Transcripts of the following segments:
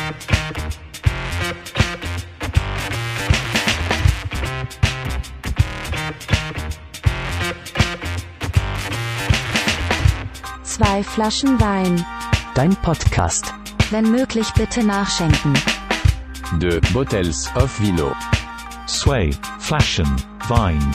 Zwei Flaschen Wein. Dein Podcast. Wenn möglich bitte nachschenken. De Bottles of Vino. Zwei Flaschen Wein.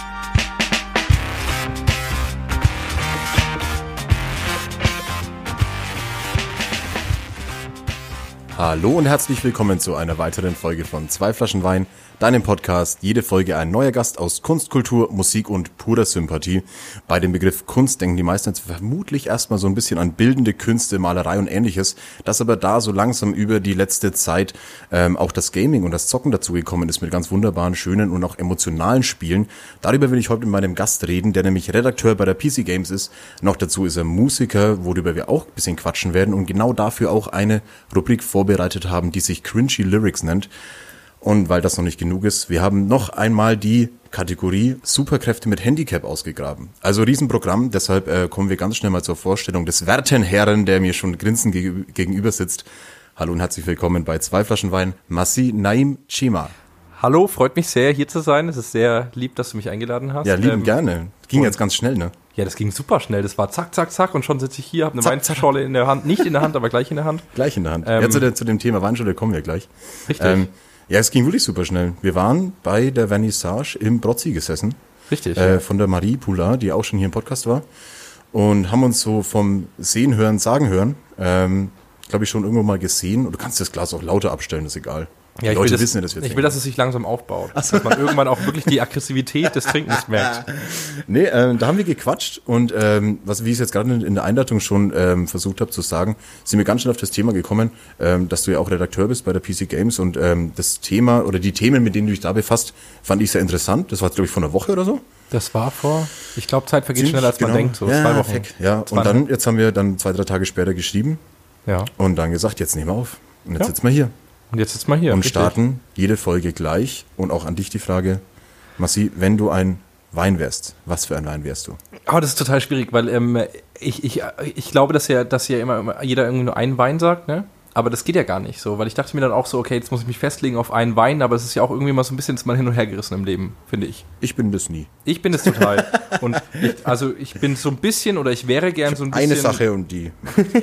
Hallo und herzlich willkommen zu einer weiteren Folge von Zwei Flaschen Wein, deinem Podcast. Jede Folge ein neuer Gast aus Kunst, Kultur, Musik und purer Sympathie. Bei dem Begriff Kunst denken die meisten jetzt vermutlich erstmal so ein bisschen an bildende Künste, Malerei und ähnliches. Dass aber da so langsam über die letzte Zeit auch das Gaming und das Zocken dazugekommen ist mit ganz wunderbaren, schönen und auch emotionalen Spielen. Darüber will ich heute mit meinem Gast reden, der nämlich Redakteur bei der PC Games ist. Noch dazu ist er Musiker, worüber wir auch ein bisschen quatschen werden und genau dafür auch eine Rubrik vorbereitet haben, die sich Cringy Lyrics nennt. Und weil das noch nicht genug ist, wir haben noch einmal die Kategorie Superkräfte mit Handicap ausgegraben. Also Riesenprogramm, deshalb kommen wir ganz schnell mal zur Vorstellung des werten Herren, der mir schon grinsend gegenüber sitzt. Hallo und herzlich willkommen bei Zwei Flaschen Wein, Masih Naim Chima. Hallo, freut mich sehr, hier zu sein. Es ist sehr lieb, dass du mich eingeladen hast. Ja, lieben gerne. Ging jetzt ganz schnell, ne? Ja, das ging super schnell. Das war zack, zack, zack und schon sitze ich hier, habe eine Weinschorle in der Hand. Nicht in der Hand, aber gleich in der Hand. Gleich in der Hand. Ja, zu dem Thema Weinschorle kommen wir gleich. Richtig. Ja, es ging wirklich super schnell. Wir waren bei der Vernissage im Brozzi gesessen. Richtig. Von der Marie Poulard, die auch schon hier im Podcast war. Und haben uns so vom Sehen hören, sagen hören, glaube ich, schon irgendwo mal gesehen. Und du kannst das Glas auch lauter abstellen, ist egal. Ja, die Leute wissen ja, dass wir ich will, dass es sich langsam aufbaut. Dass man irgendwann auch wirklich die Aggressivität des Trinkens merkt. Nee, da haben wir gequatscht und wie ich es jetzt gerade in der Einleitung schon versucht habe zu sagen, sind wir ganz schnell auf das Thema gekommen, dass du ja auch Redakteur bist bei der PC Games und das Thema oder die Themen, mit denen du dich da befasst, fand ich sehr interessant. Das war, glaube ich, vor einer Woche oder so. Das war ich glaube, Zeit vergeht schneller, als man denkt. So ja, 2 Wochen. Ja, und jetzt haben wir 2-3 Tage später geschrieben und dann gesagt, jetzt nehmen wir auf. Und jetzt sitzen wir hier. Und jetzt sitzt mal hier. Und richtig. starten jede Folge gleich. Und auch an dich die Frage, Masih, wenn du ein Wein wärst, was für ein Wein wärst du? Aber das ist total schwierig, weil ich glaube, dass ja immer jeder irgendwie nur einen Wein sagt, ne? Aber das geht ja gar nicht so, weil ich dachte mir dann auch so, okay, jetzt muss ich mich festlegen auf einen Wein, aber es ist ja auch irgendwie mal so ein bisschen mal hin und her gerissen im Leben, finde ich. Ich bin das nie. Ich bin das total. Und ich bin so ein bisschen, oder ich wäre gern so ein bisschen... Eine Sache und die.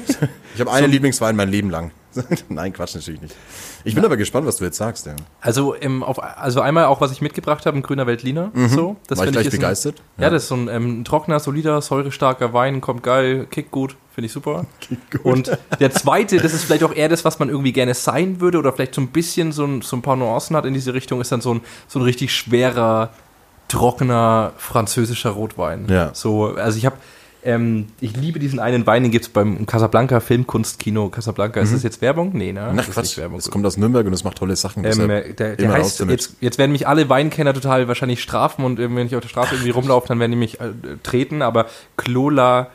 Ich habe einen Lieblingswein mein Leben lang. Nein, Quatsch, natürlich nicht. Ich bin aber gespannt, was du jetzt sagst. Ja. Also einmal auch, was ich mitgebracht habe, ein grüner Veltliner. So, das war ich gleich begeistert? Ja, das ist so ein trockener, solider, säurestarker Wein, kommt geil, kickt gut, finde ich super. Kickt gut. Und der zweite, das ist vielleicht auch eher das, was man irgendwie gerne sein würde oder vielleicht so ein bisschen so ein paar Nuancen hat in diese Richtung, ist dann so ein richtig schwerer, trockener, französischer Rotwein. Ja. So, also ich liebe diesen einen Wein, den gibt es beim Casablanca Filmkunstkino Casablanca. Ist das jetzt Werbung? Nee, ne? Ach, Quatsch, es kommt aus Nürnberg und es macht tolle Sachen. Der heißt, jetzt werden mich alle Weinkenner total wahrscheinlich strafen und wenn ich auf der Straße irgendwie rumlaufe, dann werden die mich treten, aber Clola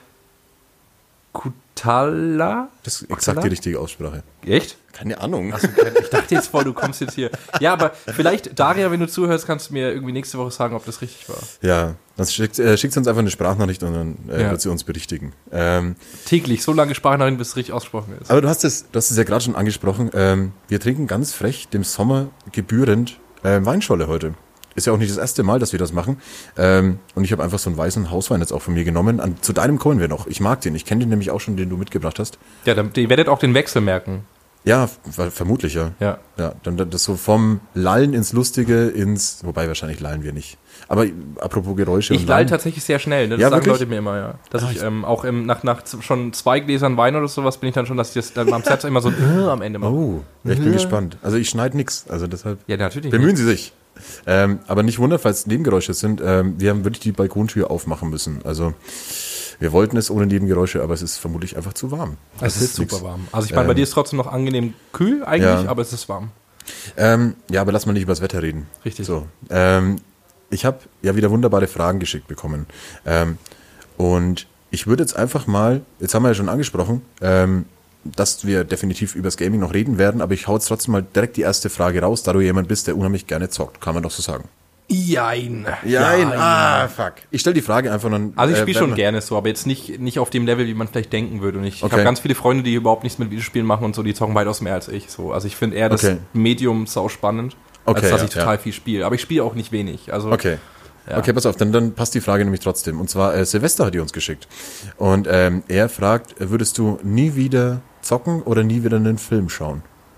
Cutala? Das ist exakt die richtige Aussprache. Echt? Keine Ahnung. Also, ich dachte jetzt voll, du kommst jetzt hier. Ja, aber vielleicht, Daria, wenn du zuhörst, kannst du mir irgendwie nächste Woche sagen, ob das richtig war. Ja, dann schickt sie uns einfach eine Sprachnachricht und dann wird sie uns berichtigen. Täglich, so lange Sprachnachrichten, bis es richtig ausgesprochen ist. Aber du hast es ja gerade schon angesprochen. Wir trinken ganz frech dem Sommer gebührend Weinschorle heute. Ist ja auch nicht das erste Mal, dass wir das machen. Und ich habe einfach so einen weißen Hauswein jetzt auch von mir genommen. Zu deinem kommen wir noch. Ich mag den. Ich kenne den nämlich auch schon, den du mitgebracht hast. Ja, ihr werdet auch den Wechsel merken. Ja, vermutlich, ja. Ja, dann das so vom Lallen ins Lustige wobei wahrscheinlich lallen wir nicht. Aber apropos Geräusche. Ich lall tatsächlich sehr schnell, ne? Das sagen wirklich? Leute mir immer, ja. Dass ich auch nach schon 2 Gläsern Wein oder sowas bin ich dann schon, dass ich das dann am Satz immer so am Ende mache. Oh, ja, ich bin gespannt. Also ich schneide nichts, also deshalb. Ja, natürlich. Bemühen Sie sich. Aber nicht wundern, falls Nebengeräusche sind. Wir haben wirklich die Balkontür aufmachen müssen. Also wir wollten es ohne Nebengeräusche, aber es ist vermutlich einfach zu warm. Es ist super warm. Also ich meine, bei dir ist es trotzdem noch angenehm kühl eigentlich, aber es ist warm. Ja, aber lass mal nicht über das Wetter reden. Richtig. So. Ich habe ja wieder wunderbare Fragen geschickt bekommen. Und ich würde jetzt einfach mal, jetzt haben wir ja schon angesprochen, dass wir definitiv über das Gaming noch reden werden, aber ich hau jetzt trotzdem mal direkt die erste Frage raus, da du jemand bist, der unheimlich gerne zockt. Kann man doch so sagen. Jein. Fuck. Ich stelle die Frage einfach dann. Also ich spiele schon gerne so, aber jetzt nicht auf dem Level, wie man vielleicht denken würde. Und ich habe ganz viele Freunde, die überhaupt nichts mit Videospielen machen und so, die zocken weitaus mehr als ich. So. Also ich finde eher das Medium sau spannend, als dass ich total viel spiele. Aber ich spiele auch nicht wenig. Also, Okay, pass auf, dann passt die Frage nämlich trotzdem. Und zwar, Silvester hat die uns geschickt. Und er fragt, würdest du nie wieder zocken oder nie wieder einen Film schauen?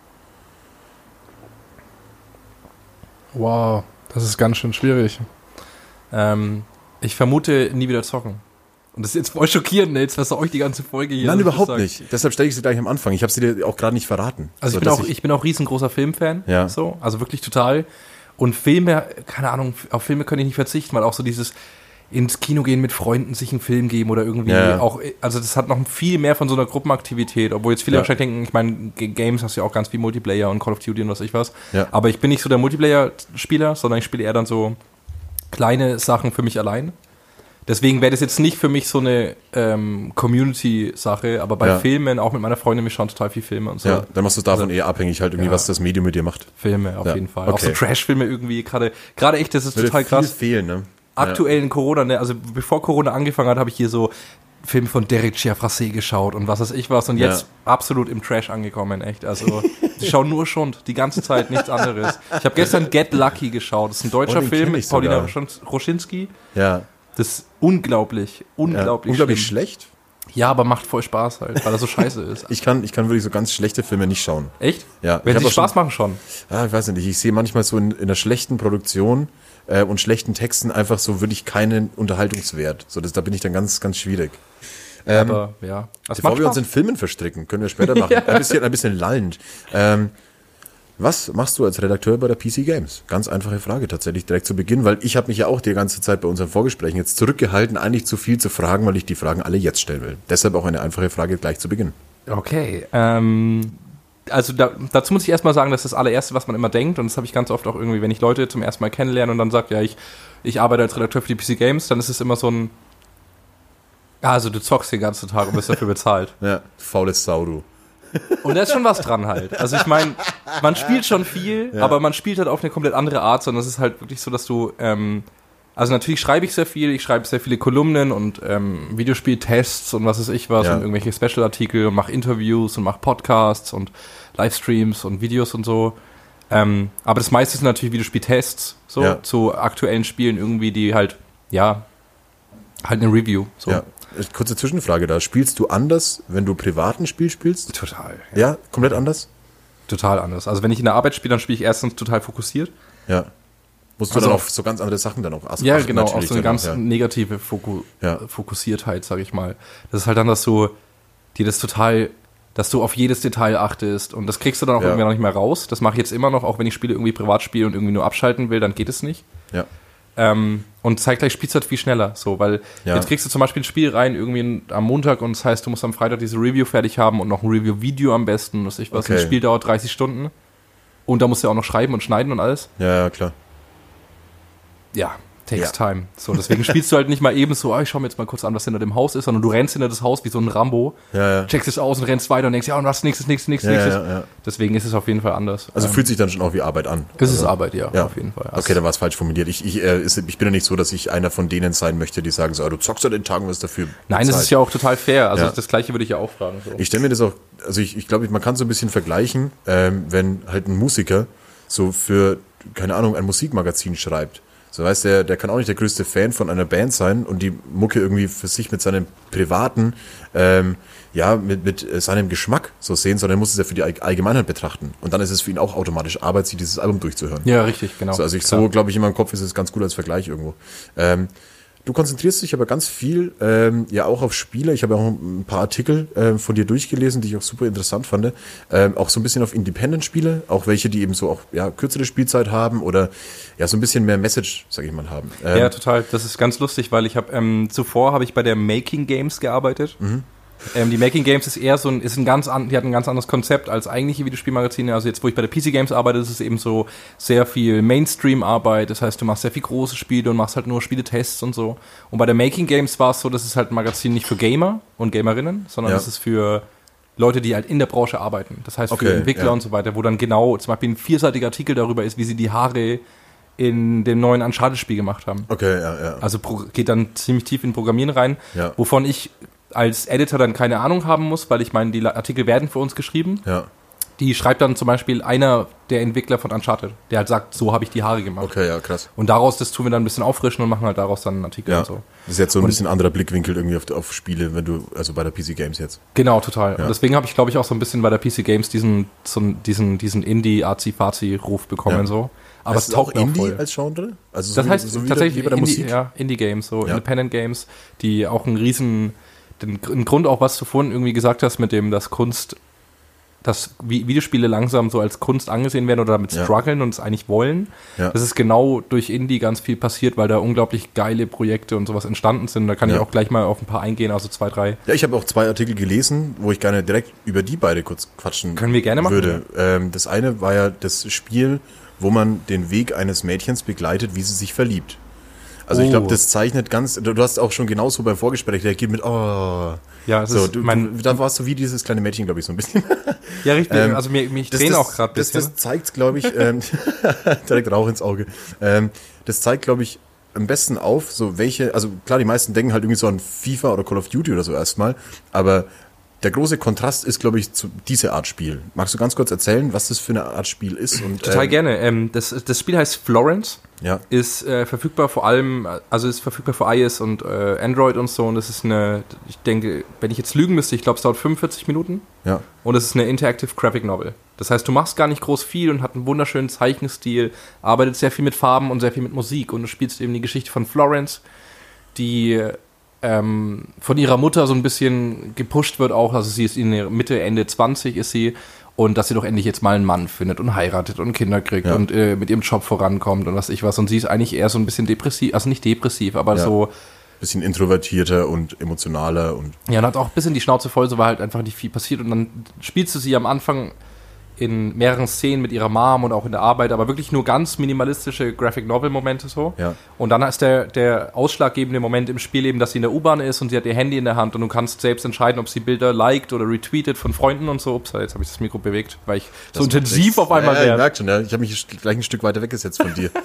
Wow, das ist ganz schön schwierig. Ich vermute, nie wieder zocken. Und das ist jetzt voll schockierend, ne? Jetzt versau ich die ganze Folge hier. Nein, überhaupt nicht. Deshalb stelle ich sie gleich am Anfang. Ich habe sie dir auch gerade nicht verraten. Also ich bin auch riesengroßer Filmfan. Ja. So, also wirklich total. Und Filme, keine Ahnung, auf Filme könnte ich nicht verzichten, weil auch so dieses ins Kino gehen mit Freunden, sich einen Film geben oder irgendwie auch, also das hat noch viel mehr von so einer Gruppenaktivität, obwohl jetzt viele wahrscheinlich denken, ich meine, Games hast du ja auch ganz viel Multiplayer und Call of Duty und was ich was. Ja. Aber ich bin nicht so der Multiplayer-Spieler, sondern ich spiele eher dann so kleine Sachen für mich allein. Deswegen wäre das jetzt nicht für mich so eine Community-Sache, aber bei Filmen, auch mit meiner Freundin, wir schauen total viel Filme und so. Ja, dann machst du davon eher abhängig halt irgendwie, was das Medium mit dir macht. Filme auf jeden Fall. Okay. Auch so Trash-Filme irgendwie, gerade echt, das ist würde total krass. Viel fehlen, ne? Aktuell in Corona, ne, also bevor Corona angefangen hat, habe ich hier so Filme von Derek Ciafrassé geschaut und was weiß ich was und jetzt absolut im Trash angekommen, echt. Also ich schaue nur Schund, die ganze Zeit, nichts anderes. Ich habe gestern Get Lucky geschaut, das ist ein deutscher Film mit Paulina Roschinski. Ja. Das ist unglaublich schlecht. Ja, aber macht voll Spaß halt, weil er so scheiße ist. Ich kann wirklich so ganz schlechte Filme nicht schauen. Echt? Ja. Wenn sie Spaß machen schon. Ich weiß nicht, ich sehe manchmal so in einer schlechten Produktion und schlechten Texten einfach so wirklich keinen Unterhaltungswert. So, da bin ich dann ganz, ganz schwierig. Aber ja. Bevor wir uns in Filmen verstricken, können wir später machen. Ein bisschen lallend. Was machst du als Redakteur bei der PC Games? Ganz einfache Frage tatsächlich direkt zu Beginn, weil ich habe mich ja auch die ganze Zeit bei unseren Vorgesprächen jetzt zurückgehalten, eigentlich zu viel zu fragen, weil ich die Fragen alle jetzt stellen will. Deshalb auch eine einfache Frage gleich zu Beginn. Okay, also dazu muss ich erstmal sagen, das ist das allererste, was man immer denkt, und das habe ich ganz oft auch irgendwie, wenn ich Leute zum ersten Mal kennenlerne und dann sage, ja, ich arbeite als Redakteur für die PC Games, dann ist es immer so ein, also du zockst den ganzen Tag und bist dafür bezahlt. Ja, faules Sau, du. Und da ist schon was dran halt. Also ich meine, man spielt schon viel, aber man spielt halt auf eine komplett andere Art, sondern es ist halt wirklich so, dass du, also natürlich schreibe ich sehr viel, ich schreibe sehr viele Kolumnen und Videospieltests und was weiß ich was und irgendwelche Special-Artikel und mache Interviews und mache Podcasts und Livestreams und Videos und so. Aber das meiste sind natürlich Videospieltests, so zu aktuellen Spielen irgendwie, die halt, halt eine Review. So. Ja. Kurze Zwischenfrage da. Spielst du anders, wenn du privat ein Spiel spielst? Total. Ja, komplett anders? Total anders. Also wenn ich in der Arbeit spiele, dann spiele ich erstens total fokussiert. Ja. Musst du dann auf so ganz andere Sachen dann auch achten? Ja, genau, auf so eine ganz negative Fokussiertheit, sag ich mal. Das ist halt dann, dass du auf jedes Detail achtest und das kriegst du dann auch irgendwann noch nicht mehr raus. Das mache ich jetzt immer noch, auch wenn ich Spiele irgendwie privat spiele und irgendwie nur abschalten will, dann geht es nicht. Ja. Und zeitgleich spielst du halt viel schneller, so, weil jetzt kriegst du zum Beispiel ein Spiel rein, irgendwie am Montag und das heißt, du musst am Freitag diese Review fertig haben und noch ein Review-Video am besten, was ich was. Okay. Das Spiel dauert 30 Stunden und da musst du ja auch noch schreiben und schneiden und alles. Ja, klar. Ja, takes time. So, deswegen spielst du halt nicht mal eben so, ich schau mir jetzt mal kurz an, was hinter dem Haus ist, sondern du rennst hinter das Haus wie so ein Rambo, checkst es aus und rennst weiter und denkst, und was nächstes. Ja. Deswegen ist es auf jeden Fall anders. Also fühlt sich dann schon auch wie Arbeit an. Es ist Arbeit, ja, auf jeden Fall. Okay, dann war es falsch formuliert. Ich bin ja nicht so, dass ich einer von denen sein möchte, die sagen so, du zockst an den Tagen, was dafür bezahlt. Nein, das ist ja auch total fair. Also das Gleiche würde ich ja auch fragen. So. Ich stelle mir das auch, also ich glaube, man kann so ein bisschen vergleichen, wenn halt ein Musiker so für, keine Ahnung, ein Musikmagazin schreibt. So weißt der kann auch nicht der größte Fan von einer Band sein und die Mucke irgendwie für sich mit seinem privaten, mit seinem Geschmack so sehen, sondern muss es ja für die Allgemeinheit betrachten. Und dann ist es für ihn auch automatisch Arbeit, sich dieses Album durchzuhören. Ja, richtig, genau. So, also so glaube ich, in meinem Kopf ist es ganz gut als Vergleich irgendwo. Du konzentrierst dich aber ganz viel auch auf Spiele. Ich habe auch ein paar Artikel von dir durchgelesen, die ich auch super interessant fand. Auch so ein bisschen auf Independent-Spiele, auch welche, die eben so auch kürzere Spielzeit haben oder so ein bisschen mehr Message, sag ich mal, haben. Ja, total. Das ist ganz lustig, weil ich habe zuvor habe ich bei der Making Games gearbeitet. Mhm. Die Making Games ist eher die hat ein ganz anderes Konzept als eigentliche Videospielmagazine. Also jetzt, wo ich bei der PC Games arbeite, ist es eben so sehr viel Mainstream-Arbeit. Das heißt, du machst sehr viel große Spiele und machst halt nur Spieletests und so. Und bei der Making Games war es so, das ist halt ein Magazin nicht für Gamer und Gamerinnen, sondern das ist für Leute, die halt in der Branche arbeiten. Das heißt für Entwickler und so weiter, wo dann genau zum Beispiel ein 4-seitiger Artikel darüber ist, wie sie die Haare in dem neuen Uncharted-Spiel gemacht haben. Okay, ja. Also geht dann ziemlich tief in Programmieren rein, Ja. wovon ich als Editor dann keine Ahnung haben muss, weil ich meine, die Artikel werden für uns geschrieben. Ja. Die schreibt dann zum Beispiel einer der Entwickler von Uncharted, der halt sagt, so habe ich die Haare gemacht. Okay, ja, krass. Und daraus, das tun wir dann ein bisschen auffrischen und machen halt daraus dann einen Artikel Ja. und so. Das ist jetzt so ein bisschen anderer Blickwinkel irgendwie auf Spiele, wenn du, also bei der PC Games jetzt. Genau, total. Ja. Und deswegen habe ich, glaube ich, auch so ein bisschen bei der PC Games diesen Indie-Azi-Fazi-Ruf bekommen. Ja. So. Aber heißt es es auch taugt mir Indie voll. als Genre? Also Das heißt so wie tatsächlich bei der Musik? Indie-Games, so Ja. Independent Games, die auch einen Grund auch, was du vorhin irgendwie gesagt hast, mit dem, dass Videospiele langsam so als Kunst angesehen werden oder damit strugglen und es eigentlich wollen. Ja. Das ist genau durch Indie ganz viel passiert, weil da unglaublich geile Projekte und sowas entstanden sind. Da kann ich auch gleich mal auf ein paar eingehen, also 2, 3. Ja, ich habe auch 2 Artikel gelesen, wo ich gerne direkt über die beide kurz quatschen Können wir gerne machen, würde. Das eine war ja das Spiel, wo man den Weg eines Mädchens begleitet, wie sie sich verliebt. Also ich glaube, das zeichnet ganz, du hast auch schon genauso beim Vorgespräch reagiert mit, Ja, das so, ist da warst du wie dieses kleine Mädchen, glaube ich, so ein bisschen. Ja, richtig. Also mich drehen auch gerade ein bisschen. Das zeigt, glaube ich, direkt Rauch ins Auge. Das zeigt, glaube ich, am besten auf, so welche, also klar, die meisten denken halt irgendwie so an FIFA oder Call of Duty oder so erstmal, aber der große Kontrast ist, glaube ich, zu dieser Art Spiel. Magst du ganz kurz erzählen, was das für eine Art Spiel ist? Und, Total gerne. Das Spiel heißt Florence. Ja. Ist verfügbar vor allem, also ist verfügbar für iOS und Android und so. Und das ist ich denke, wenn ich jetzt lügen müsste, ich glaube, es dauert 45 Minuten. Ja. Und es ist eine Interactive Graphic Novel. Das heißt, du machst gar nicht groß viel und hat einen wunderschönen Zeichenstil, arbeitet sehr viel mit Farben und sehr viel mit Musik. Und du spielst eben die Geschichte von Florence, die von ihrer Mutter so ein bisschen gepusht wird auch, also sie ist in der Mitte, Ende 20 ist sie, und dass sie doch endlich jetzt mal einen Mann findet und heiratet und Kinder kriegt und mit ihrem Job vorankommt und was ich was. Und sie ist eigentlich eher so ein bisschen depressiv, also nicht depressiv, aber so... Bisschen introvertierter und emotionaler und... Ja, und hat auch ein bisschen die Schnauze voll, so weil halt einfach nicht viel passiert. Und dann spielst du sie am Anfang in mehreren Szenen mit ihrer Mom und auch in der Arbeit, aber wirklich nur ganz minimalistische Graphic-Novel-Momente so. Ja. Und dann ist der ausschlaggebende Moment im Spiel eben, dass sie in der U-Bahn ist und sie hat ihr Handy in der Hand und du kannst selbst entscheiden, ob sie Bilder liked oder retweetet von Freunden und so. Ups, jetzt habe ich das Mikro bewegt, weil ich so intensiv auf einmal ich merke schon, ich habe mich gleich ein Stück weiter weggesetzt von dir.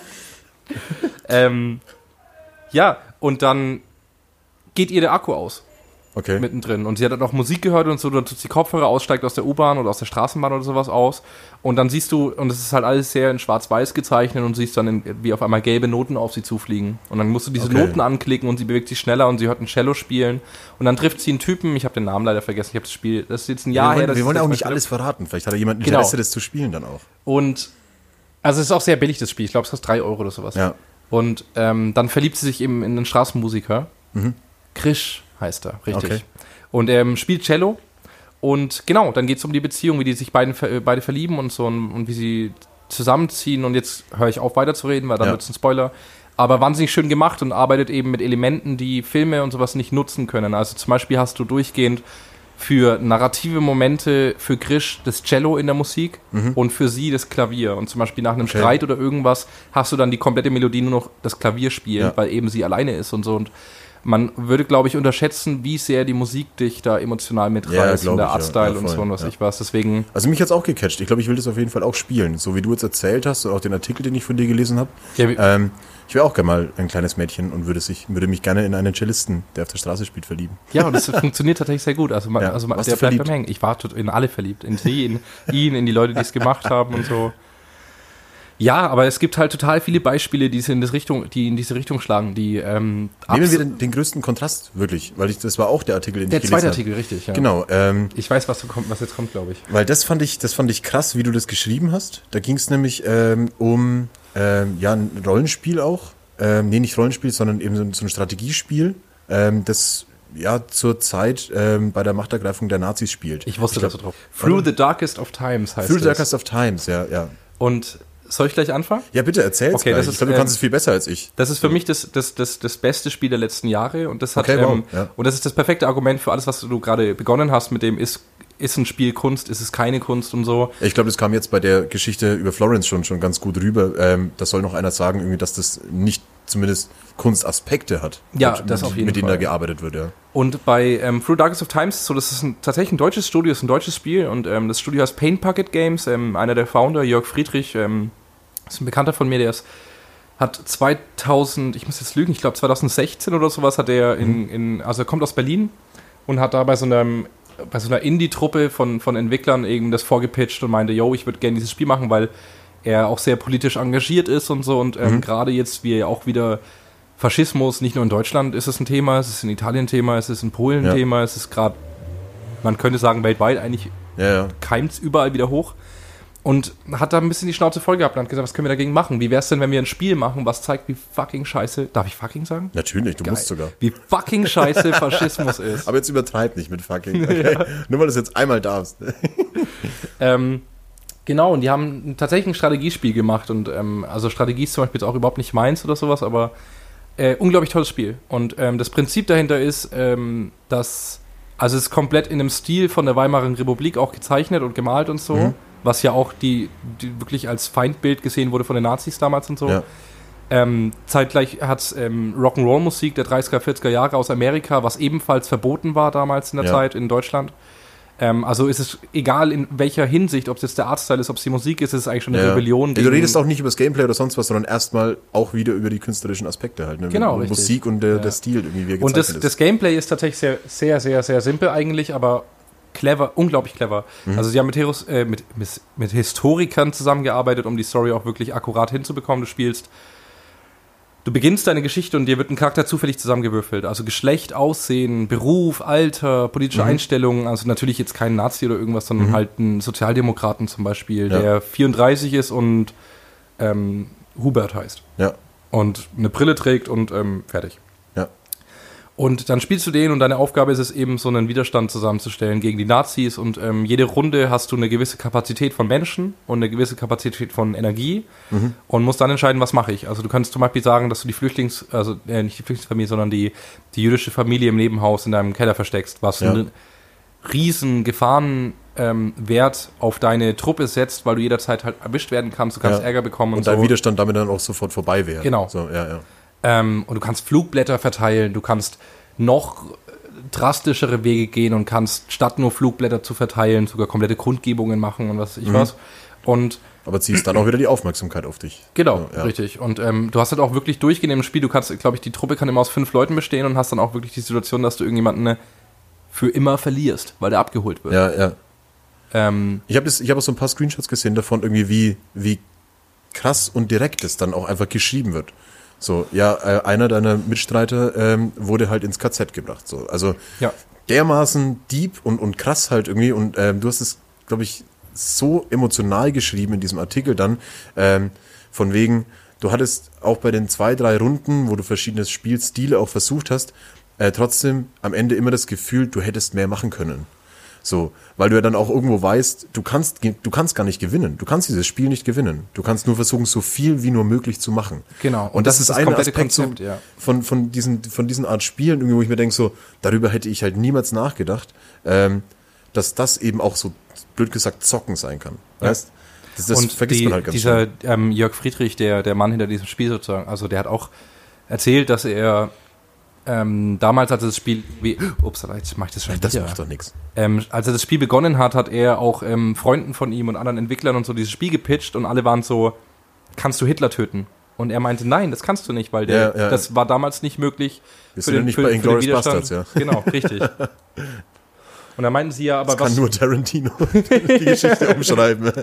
Ja, und dann geht ihr der Akku aus. Okay. Mittendrin. Und sie hat dann auch Musik gehört und so, dann tut sie Kopfhörer aus, steigt aus der U-Bahn oder aus der Straßenbahn oder sowas aus. Und dann siehst du, und es ist halt alles sehr in Schwarz-Weiß gezeichnet und siehst dann, wie auf einmal gelbe Noten auf sie zufliegen. Und dann musst du diese Noten anklicken und sie bewegt sich schneller und sie hört ein Cello spielen. Und dann trifft sie einen Typen, ich habe den Namen leider vergessen, ich habe das Spiel, das ist jetzt ein Jahr her. Wir wollen ja auch nicht alles verraten. Vielleicht hat ja jemand Interesse, das zu spielen dann auch. Und, also es ist auch sehr billig, das Spiel. Ich glaube, es kostet 3 Euro oder sowas. Ja. Und dann verliebt sie sich eben in einen Straßenmusiker. Krisch heißt er, richtig. Okay. Und er spielt Cello. Und genau, dann geht es um die Beziehung, wie die sich beide verlieben und so und wie sie zusammenziehen. Und jetzt höre ich auf, weiterzureden, weil dann wird es ein Spoiler. Aber wahnsinnig schön gemacht und arbeitet eben mit Elementen, die Filme und sowas nicht nutzen können. Also zum Beispiel hast du durchgehend für narrative Momente für Krisch das Cello in der Musik und für sie das Klavier. Und zum Beispiel nach einem Streit oder irgendwas hast du dann die komplette Melodie nur noch das Klavier spielen, weil eben sie alleine ist und so. Und man würde, glaube ich, unterschätzen, wie sehr die Musik dich da emotional mitreißt, in der Artstyle und so und was ich was. Deswegen. Also mich hat's auch gecatcht. Ich glaube, ich will das auf jeden Fall auch spielen. So wie du jetzt erzählt hast und auch den Artikel, den ich von dir gelesen habe. Ja, ich wäre auch gerne mal ein kleines Mädchen und würde mich gerne in einen Cellisten, der auf der Straße spielt, verlieben. Ja, und das funktioniert tatsächlich sehr gut. Also, warst der du bleibt verliebt? beim Hängen. Ich war in alle verliebt. In sie, in ihn, in die Leute, die es gemacht haben und so. Ja, aber es gibt halt total viele Beispiele, die in diese Richtung schlagen. Nehmen wir den größten Kontrast, wirklich, weil das war auch der Artikel, den ich gelesen habe. Der zweite Artikel, richtig, ja. Genau. Ich weiß, was jetzt kommt, glaube ich. Weil das fand ich krass, wie du das geschrieben hast. Da ging es nämlich um ein Rollenspiel auch. Nicht Rollenspiel, sondern eben so ein Strategiespiel, das zur Zeit bei der Machtergreifung der Nazis spielt. Ich wusste das so drauf. Through the Darkest of Times heißt es. Through the Darkest of Times, ja. Und soll ich gleich anfangen? Ja, bitte, erzähl's okay, gleich. Ich glaube, du kannst es viel besser als ich. Das ist für mich das beste Spiel der letzten Jahre und das hat und das ist das perfekte Argument für alles, was du gerade begonnen hast mit dem ist ein Spiel Kunst, ist es keine Kunst und so. Ich glaube, das kam jetzt bei der Geschichte über Florence schon ganz gut rüber. Da soll noch einer sagen, irgendwie, dass das nicht zumindest Kunstaspekte hat. Ja, das auf jeden Fall. Mit denen da gearbeitet wird, ja. Und bei Through Darkest of Times ist so, das ist tatsächlich ein deutsches Studio, ist ein deutsches Spiel und das Studio heißt Pain Pocket Games. Einer der Founder, Jörg Friedrich, ist ein Bekannter von mir, der ist hat 2000, ich muss jetzt lügen, ich glaube 2016 oder sowas hat er also er kommt aus Berlin und hat da bei so einer Indie-Truppe von Entwicklern eben das vorgepitcht und meinte, yo, ich würde gerne dieses Spiel machen, weil er auch sehr politisch engagiert ist und so und gerade jetzt, wie er auch wieder Faschismus, nicht nur in Deutschland ist es ein Thema, es ist in Italien ein Thema, es ist in Polen ein Thema, es ist gerade, man könnte sagen, weltweit eigentlich keimt es überall wieder hoch. Und hat da ein bisschen die Schnauze voll gehabt und hat gesagt, was können wir dagegen machen? Wie wär's denn, wenn wir ein Spiel machen, was zeigt, wie fucking scheiße, darf ich fucking sagen? Natürlich, du musst sogar. Wie fucking scheiße Faschismus ist. Aber jetzt übertreib nicht mit fucking, okay? Ja. Nur weil du es jetzt einmal darfst. Genau, und die haben tatsächlich ein Strategiespiel gemacht und also Strategie ist zum Beispiel jetzt auch überhaupt nicht meins oder sowas, aber unglaublich tolles Spiel. Und das Prinzip dahinter ist, dass, also es ist komplett in einem Stil von der Weimarer Republik auch gezeichnet und gemalt und so, was ja auch die wirklich als Feindbild gesehen wurde von den Nazis damals und so. Ja. Zeitgleich hat es Rock'n'Roll-Musik der 30er, 40er Jahre aus Amerika, was ebenfalls verboten war damals in der Zeit in Deutschland. Also ist es egal in welcher Hinsicht, ob es jetzt der Artstyle ist, ob es die Musik ist, ist es eigentlich schon eine Rebellion. Du redest auch nicht über das Gameplay oder sonst was, sondern erstmal auch wieder über die künstlerischen Aspekte halt. Ne? Genau, richtig. Musik und der Stil irgendwie, wie er gezeichnet ist. Und das Gameplay ist tatsächlich sehr, sehr, sehr, sehr simpel eigentlich, aber clever, unglaublich clever. Also sie haben mit Historikern zusammengearbeitet, um die Story auch wirklich akkurat hinzubekommen. Du beginnst deine Geschichte und dir wird ein Charakter zufällig zusammengewürfelt. Also Geschlecht, Aussehen, Beruf, Alter, politische Einstellungen. Also natürlich jetzt kein Nazi oder irgendwas, sondern halt ein Sozialdemokraten zum Beispiel, der 34 ist und Hubert heißt. Ja. Und eine Brille trägt und fertig. Ja. Und dann spielst du den und deine Aufgabe ist es eben, so einen Widerstand zusammenzustellen gegen die Nazis und jede Runde hast du eine gewisse Kapazität von Menschen und eine gewisse Kapazität von Energie und musst dann entscheiden, was mache ich. Also du kannst zum Beispiel sagen, dass du die nicht die Flüchtlingsfamilie, sondern die jüdische Familie im Nebenhaus in deinem Keller versteckst, was einen riesen Gefahrenwert auf deine Truppe setzt, weil du jederzeit halt erwischt werden kannst, du kannst Ärger bekommen und dein so. Widerstand damit dann auch sofort vorbei wäre. Genau. So, und du kannst Flugblätter verteilen, du kannst noch drastischere Wege gehen und kannst statt nur Flugblätter zu verteilen, sogar komplette Kundgebungen machen und was weiß ich was. Aber ziehst dann auch wieder die Aufmerksamkeit auf dich. Genau, richtig. Und du hast halt auch wirklich durchgehend im Spiel, du kannst, glaube ich, die Truppe kann immer aus 5 Leuten bestehen und hast dann auch wirklich die Situation, dass du irgendjemanden für immer verlierst, weil der abgeholt wird. Ich hab auch so ein paar Screenshots gesehen davon, irgendwie wie krass und direkt es dann auch einfach geschrieben wird. So, einer deiner Mitstreiter wurde halt ins KZ gebracht. So. Also dermaßen deep und krass halt irgendwie. Und du hast es, glaube ich, so emotional geschrieben in diesem Artikel dann, von wegen, du hattest auch bei den 2, 3 Runden, wo du verschiedene Spielstile auch versucht hast, trotzdem am Ende immer das Gefühl, du hättest mehr machen können. So, weil du ja dann auch irgendwo weißt, du kannst gar nicht gewinnen. Du kannst dieses Spiel nicht gewinnen. Du kannst nur versuchen, so viel wie nur möglich zu machen. Genau. Und das ist ein Aspekt Konzept, von diesen Art Spielen, irgendwie, wo ich mir denke, so, darüber hätte ich halt niemals nachgedacht, dass das eben auch so, blöd gesagt, Zocken sein kann. Weißt? Das vergisst man halt ganz schnell. Dieser Jörg Friedrich, der Mann hinter diesem Spiel sozusagen, also der hat auch erzählt, dass er damals, als er das Spiel, jetzt mach ich das schon wieder. Das macht doch nichts. Als er das Spiel begonnen hat er auch Freunden von ihm und anderen Entwicklern und so dieses Spiel gepitcht und alle waren so, kannst du Hitler töten? Und er meinte, nein, das kannst du nicht, weil das war damals nicht möglich. Wir sind ja nicht bei Inglourious Basterds, ja. Genau, richtig. Und da meinten sie aber das kann nur Tarantino die Geschichte umschreiben.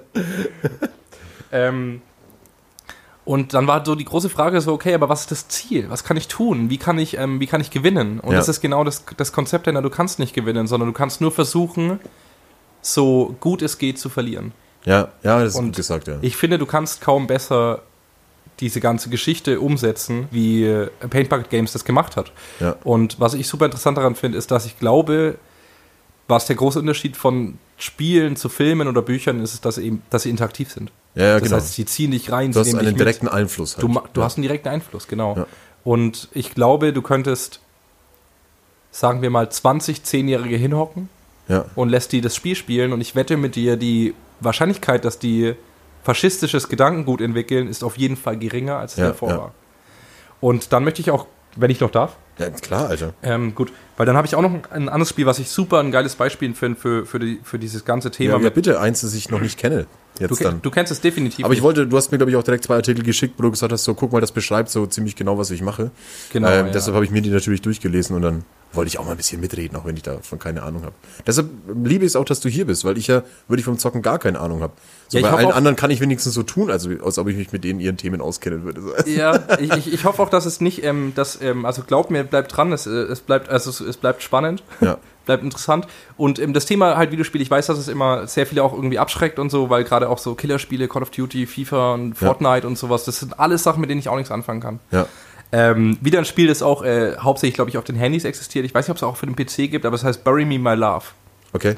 Und dann war so die große Frage so, okay, aber was ist das Ziel? Was kann ich tun? Wie kann ich gewinnen? Und das ist genau das Konzept, denn du kannst nicht gewinnen, sondern du kannst nur versuchen, so gut es geht zu verlieren. Ja, das ist gut gesagt, ja. Ich finde, du kannst kaum besser diese ganze Geschichte umsetzen, wie Paint Bucket Games das gemacht hat. Ja. Und was ich super interessant daran finde, ist, dass ich glaube, was der große Unterschied von Spielen zu Filmen oder Büchern ist, dass sie interaktiv sind. Ja, das heißt, sie ziehen dich rein. Du hast einen direkten Einfluss. Halt. Du hast einen direkten Einfluss, genau. Ja. Und ich glaube, du könntest, sagen wir mal, 20 10-Jährige hinhocken und lässt die das Spiel spielen. Und ich wette mit dir, die Wahrscheinlichkeit, dass die faschistisches Gedankengut entwickeln, ist auf jeden Fall geringer, als es davor war. Und dann möchte ich auch, wenn ich noch darf, Ja, klar, Alter. Gut, weil dann habe ich auch noch ein anderes Spiel, was ich super ein geiles Beispiel finde für dieses ganze Thema. Ja, bitte, eins, das ich noch nicht kenne. Du kennst es definitiv. Aber du hast mir, glaube ich, auch direkt 2 Artikel geschickt, wo du gesagt hast, so, guck mal, das beschreibt so ziemlich genau, was ich mache. Genau, ja. Deshalb habe ich mir die natürlich durchgelesen und dann wollte ich auch mal ein bisschen mitreden, auch wenn ich davon keine Ahnung habe. Deshalb liebe ich es auch, dass du hier bist, weil wirklich vom Zocken gar keine Ahnung habe. So, bei allen anderen kann ich wenigstens so tun, als ob ich mich mit denen ihren Themen auskennen würde. So. Ja, ich hoffe auch, dass es nicht, also glaub mir, bleibt dran, es bleibt spannend. Ja. Bleibt interessant. Und das Thema halt Videospiele, ich weiß, dass es immer sehr viele auch irgendwie abschreckt und so, weil gerade auch so Killerspiele, Call of Duty, FIFA und Fortnite und sowas, das sind alles Sachen, mit denen ich auch nichts anfangen kann. Ja. Wieder ein Spiel, das auch hauptsächlich, glaube ich, auf den Handys existiert. Ich weiß nicht, ob es auch für den PC gibt, aber es heißt Bury Me My Love. Okay.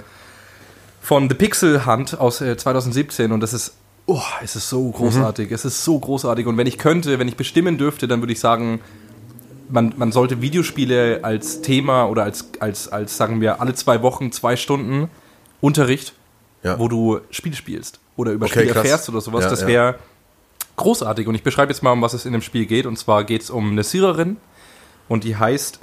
Von The Pixel Hunt aus 2017 und das ist, es ist so großartig. Es ist so großartig und wenn ich bestimmen dürfte, dann würde ich sagen, man sollte Videospiele als Thema oder als sagen wir, alle 2 Wochen 2 Stunden Unterricht, wo du Spiele spielst oder über Spiele erfährst oder sowas, das wäre großartig. Und ich beschreibe jetzt mal, um was es in dem Spiel geht. Und zwar geht es um eine Syrerin und die heißt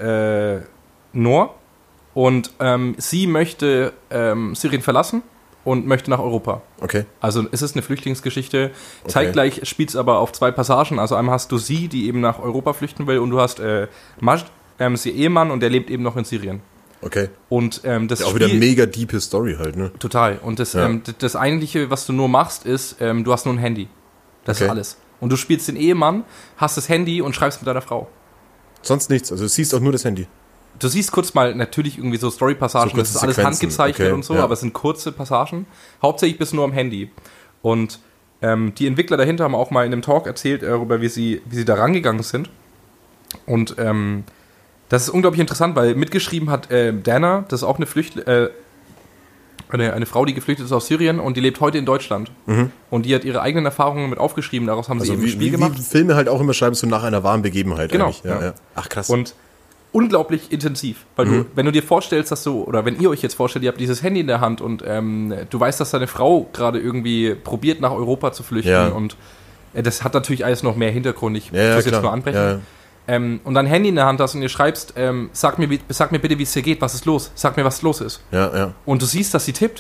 Noor und sie möchte Syrien verlassen und möchte nach Europa. Okay. Also es ist eine Flüchtlingsgeschichte. Okay. Zeitgleich spielt es aber auf 2 Passagen. Also einmal hast du sie, die eben nach Europa flüchten will und du hast Majd, ihr Ehemann und der lebt eben noch in Syrien. Okay. Und das ist auch wieder eine mega diepe Story halt, ne? Total. Und das Eigentliche, was du nur machst, ist, du hast nur ein Handy. Das ist alles. Und du spielst den Ehemann, hast das Handy und schreibst mit deiner Frau. Sonst nichts, also du siehst auch nur das Handy. Du siehst kurz mal natürlich irgendwie so Story-Passagen, das ist alles handgezeichnet und so, aber es sind kurze Passagen. Hauptsächlich bist du nur am Handy. Und die Entwickler dahinter haben auch mal in einem Talk erzählt, darüber, wie sie da rangegangen sind. Und das ist unglaublich interessant, weil mitgeschrieben hat Dana, das ist auch eine Frau, die geflüchtet ist aus Syrien und die lebt heute in Deutschland. Mhm. Und die hat ihre eigenen Erfahrungen mit aufgeschrieben, daraus haben sie eben ein Spiel gemacht. Wie Filme halt auch immer schreiben, so nach einer wahren Begebenheit. Genau. Ja. Ach, krass. Und unglaublich intensiv, weil wenn du dir vorstellst, oder wenn ihr euch jetzt vorstellt, ihr habt dieses Handy in der Hand und du weißt, dass deine Frau gerade irgendwie probiert, nach Europa zu flüchten und das hat natürlich alles noch mehr Hintergrund, ich muss jetzt nur anbrechen. Ja. Und dein Handy in der Hand hast und ihr schreibst, sag mir bitte, wie es dir geht, was ist los? Sag mir, was los ist. Ja. Und du siehst, dass sie tippt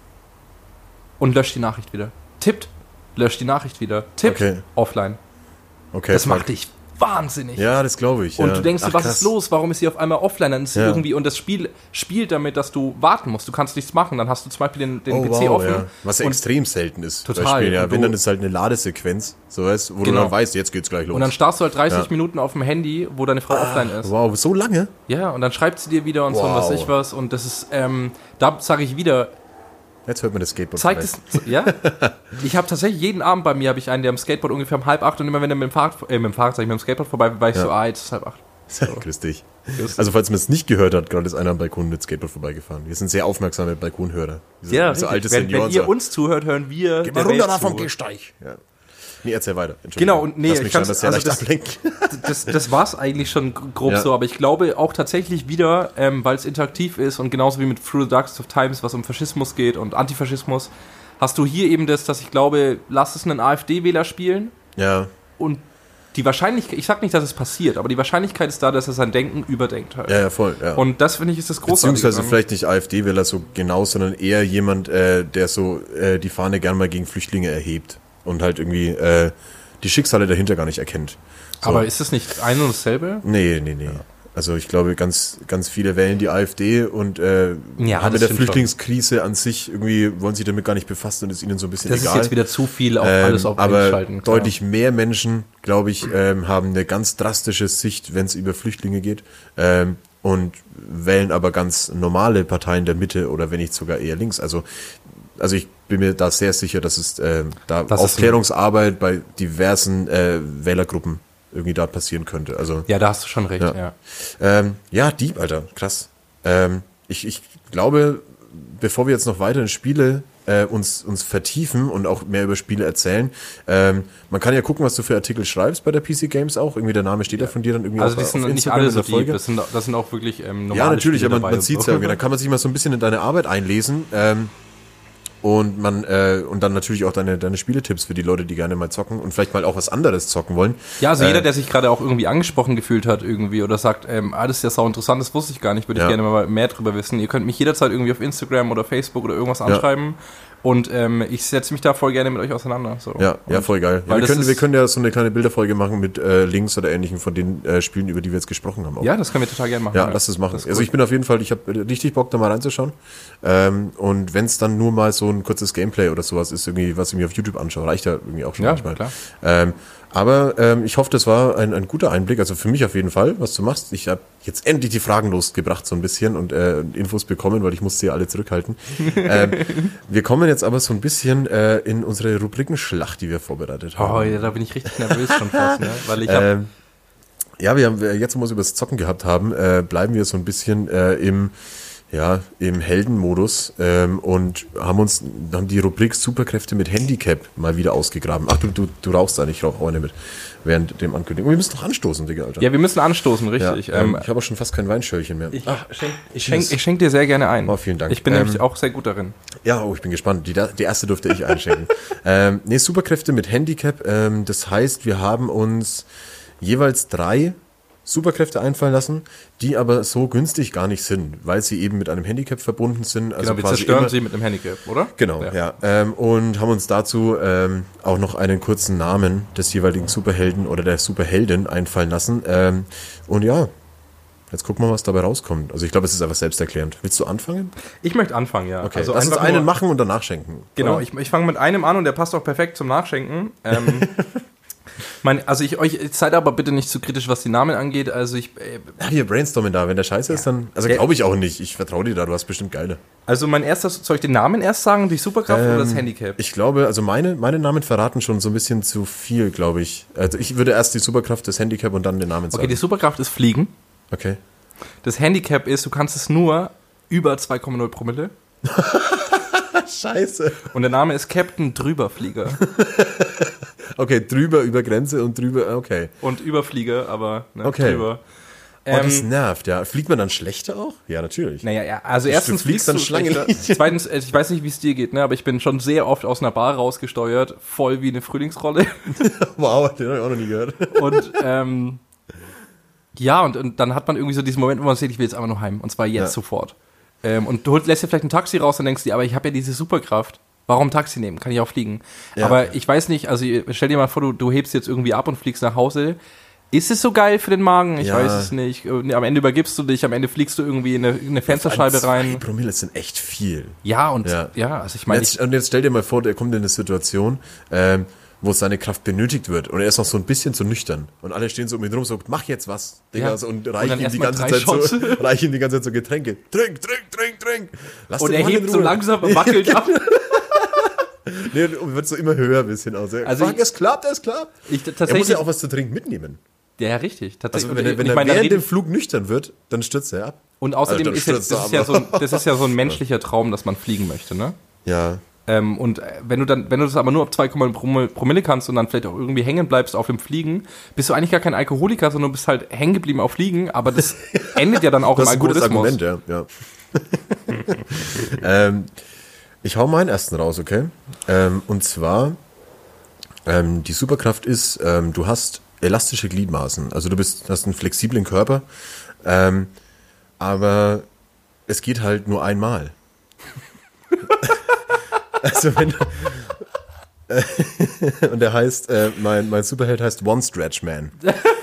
und löscht die Nachricht wieder. Tippt, löscht die Nachricht wieder. Tippt, offline. Okay. Das macht dich wahnsinnig. Ja, das glaube ich. Und du denkst dir, was ist los? Warum ist sie auf einmal offline? Dann ist sie irgendwie, und das Spiel spielt damit, dass du warten musst. Du kannst nichts machen. Dann hast du zum Beispiel den PC offen. Ja. Was ja extrem selten ist. Total. Spiel, wenn, dann ist halt eine Ladesequenz, so weißt, wo du dann weißt, jetzt geht's gleich los. Und dann starrst du halt 30 Minuten auf dem Handy, wo deine Frau offline ist. Wow, so lange? Ja, und dann schreibt sie dir wieder und so und was ich was. Und das ist, da sage ich wieder, jetzt hört man das Skateboard. Zeigt es, ja? Ich habe tatsächlich jeden Abend bei mir habe ich einen, der am Skateboard ungefähr um 7:30 und immer wenn er mit dem Skateboard vorbei war, ich so, jetzt ist 7:30. So. Grüß dich. Also falls man es nicht gehört hat, gerade ist einer am Balkon mit Skateboard vorbeigefahren. Wir sind sehr aufmerksame Balkonhörer. So alte Senioren. Wenn ihr uns zuhört, hören wir. Geh mal runter da vom Gehsteig. Ja. Nee, erzähl weiter. Genau, und Lass mich das sehr leicht ablenken. Das war's eigentlich schon grob so, aber ich glaube auch tatsächlich wieder, weil es interaktiv ist und genauso wie mit Through the Darkest of Times, was um Faschismus geht und Antifaschismus, hast du hier eben das, dass ich glaube, lass es einen AfD-Wähler spielen. Ja. Und die Wahrscheinlichkeit, ich sag nicht, dass es passiert, aber die Wahrscheinlichkeit ist da, dass er sein Denken überdenkt halt. Ja, voll. Ja. Und das, finde ich, ist das Großartige. Beziehungsweise vielleicht nicht AfD-Wähler so genau, sondern eher jemand, der so die Fahne gern mal gegen Flüchtlinge erhebt und halt irgendwie die Schicksale dahinter gar nicht erkennt. So. Aber ist das nicht ein und dasselbe? Nee. Ja. Also ich glaube, ganz viele wählen die AfD und haben mit der Flüchtlingskrise an sich irgendwie, wollen sich damit gar nicht befassen und ist ihnen so ein bisschen egal. Das ist jetzt wieder zu viel auf alles auf einschalten. Aber deutlich mehr Menschen, glaube ich, haben eine ganz drastische Sicht, wenn es über Flüchtlinge geht und wählen aber ganz normale Parteien der Mitte oder wenn nicht sogar eher links. Also ich bin mir da sehr sicher, dass es da Aufklärungsarbeit bei diversen Wählergruppen irgendwie da passieren könnte. Also ja, da hast du schon recht, ja. Deep, Alter, krass. Ich glaube, bevor wir jetzt noch weiter in Spiele uns vertiefen und auch mehr über Spiele erzählen, man kann ja gucken, was du für Artikel schreibst bei der PC Games auch. Irgendwie der Name steht da von dir dann irgendwie also die sind nicht alle so deep, das sind auch wirklich normale Ja, natürlich, Spiele aber man sieht es ja irgendwie. Da kann man sich mal so ein bisschen in deine Arbeit einlesen. Und und dann natürlich auch deine Spieletipps für die Leute, die gerne mal zocken und vielleicht mal auch was anderes zocken wollen. Ja, also jeder, der sich gerade auch irgendwie angesprochen gefühlt hat irgendwie oder sagt, das ist ja sau interessant, das wusste ich gar nicht, würde ich gerne mal mehr drüber wissen. Ihr könnt mich jederzeit irgendwie auf Instagram oder Facebook oder irgendwas anschreiben. Und ich setze mich da voll gerne mit euch auseinander. So. Ja, voll geil. Ja, wir können ja so eine kleine Bilderfolge machen mit Links oder Ähnlichem von den Spielen, über die wir jetzt gesprochen haben. Auch. Ja, das können wir total gerne machen. Ja, lass das machen. Also ich bin auf jeden Fall, ich habe richtig Bock, da mal reinzuschauen. Und wenn es dann nur mal so ein kurzes Gameplay oder sowas ist, irgendwie, was ich mir auf YouTube anschaue, reicht ja irgendwie auch schon manchmal. Klar. Aber ich hoffe, das war ein guter Einblick, also für mich auf jeden Fall, was du machst. Ich habe jetzt endlich die Fragen losgebracht so ein bisschen und Infos bekommen, weil ich musste ja alle zurückhalten. Wir kommen jetzt aber so ein bisschen in unsere Rubrikenschlacht, die wir vorbereitet haben. Oh ja, da bin ich richtig nervös schon fast, ne? Weil ich ja, wir haben jetzt, wo wir es über das Zocken gehabt haben, bleiben wir so ein bisschen im Heldenmodus und haben die Rubrik Superkräfte mit Handicap mal wieder ausgegraben. Ach, du rauchst da nicht, ich rauche auch nicht mit während dem Ankündigen. Und wir müssen doch anstoßen, Digga, Alter. Ja, wir müssen anstoßen, richtig. Ja, ich habe auch schon fast kein Weinschörchen mehr. Ich schenk dir sehr gerne ein. Oh, vielen Dank. Ich bin nämlich auch sehr gut darin. Ja, ich bin gespannt. Die erste durfte ich einschenken. Superkräfte mit Handicap. Das heißt, wir haben uns jeweils 3 Superkräfte einfallen lassen, die aber so günstig gar nicht sind, weil sie eben mit einem Handicap verbunden sind. Also genau, wir zerstören sie mit einem Handicap, oder? Genau, ja. Und haben uns dazu auch noch einen kurzen Namen des jeweiligen Superhelden oder der Superheldin einfallen lassen. Und ja, jetzt gucken wir, was dabei rauskommt. Also ich glaube, es ist einfach selbsterklärend. Willst du anfangen? Ich möchte anfangen, ja. Okay, also lass uns einen machen und danach schenken. Genau, ich fange mit einem an und der passt auch perfekt zum Nachschenken. Ich seid aber bitte nicht zu kritisch, was die Namen angeht. Also wir brainstormen da. Wenn der scheiße ist, dann. Also glaube ich auch nicht. Ich vertraue dir da. Du hast bestimmt geile. Also soll ich den Namen erst sagen, die Superkraft oder das Handicap? Ich glaube, also meine Namen verraten schon so ein bisschen zu viel, glaube ich. Also ich würde erst die Superkraft, das Handicap und dann den Namen sagen. Okay, die Superkraft ist Fliegen. Okay. Das Handicap ist, du kannst es nur über 2,0 Promille. Scheiße. Und der Name ist Captain Drüberflieger. Okay, drüber, über Grenze und drüber, okay. Und Überflieger, aber okay. Drüber. Das nervt, ja. Fliegt man dann schlechter auch? Ja, natürlich. Naja, ja, also erstens fliegst du schlechter. Zweitens, ich weiß nicht, wie es dir geht, ne, aber ich bin schon sehr oft aus einer Bar rausgesteuert, voll wie eine Frühlingsrolle. Wow, den habe ich auch noch nie gehört. Und und dann hat man irgendwie so diesen Moment, wo man sagt, ich will jetzt einfach nur heim. Und zwar jetzt sofort. Und du lässt dir vielleicht ein Taxi raus und denkst dir, aber ich habe ja diese Superkraft. Warum Taxi nehmen? Kann ich auch fliegen. Ja. Aber ich weiß nicht, also stell dir mal vor, du hebst jetzt irgendwie ab und fliegst nach Hause. Ist es so geil für den Magen? Ich weiß es nicht. Am Ende übergibst du dich, am Ende fliegst du irgendwie in eine Fensterscheibe rein. 2 Promille sind echt viel. Ja, also ich meine... Und jetzt stell dir mal vor, der kommt in eine Situation, wo seine Kraft benötigt wird und er ist noch so ein bisschen zu nüchtern und alle stehen so um ihn rum, so mach jetzt was, Digga, und reichen ihm die ganze Zeit so Getränke. Trink. Lass und er hebt so langsam und wackelt ab. Nee, und wird so immer höher ein bisschen aus. Also es klappt. Er muss ja auch was zu trinken mitnehmen. Ja, richtig. Also wenn er während dem Flug nüchtern wird, dann stürzt er ab. Und außerdem das ist ja so ein menschlicher Traum, dass man fliegen möchte, ne? Ja. Und wenn du das aber nur auf 2,0 Promille kannst und dann vielleicht auch irgendwie hängen bleibst auf dem Fliegen, bist du eigentlich gar kein Alkoholiker, sondern du bist halt hängen geblieben auf Fliegen, aber das endet ja dann auch im Alkoholismus. Das ist ein gutes Argument, ja. Ich hau meinen ersten raus, okay? Und zwar, die Superkraft ist, du hast elastische Gliedmaßen, also hast einen flexiblen Körper, aber es geht halt nur einmal. Also wenn und der heißt, mein Superheld heißt One Stretch Man.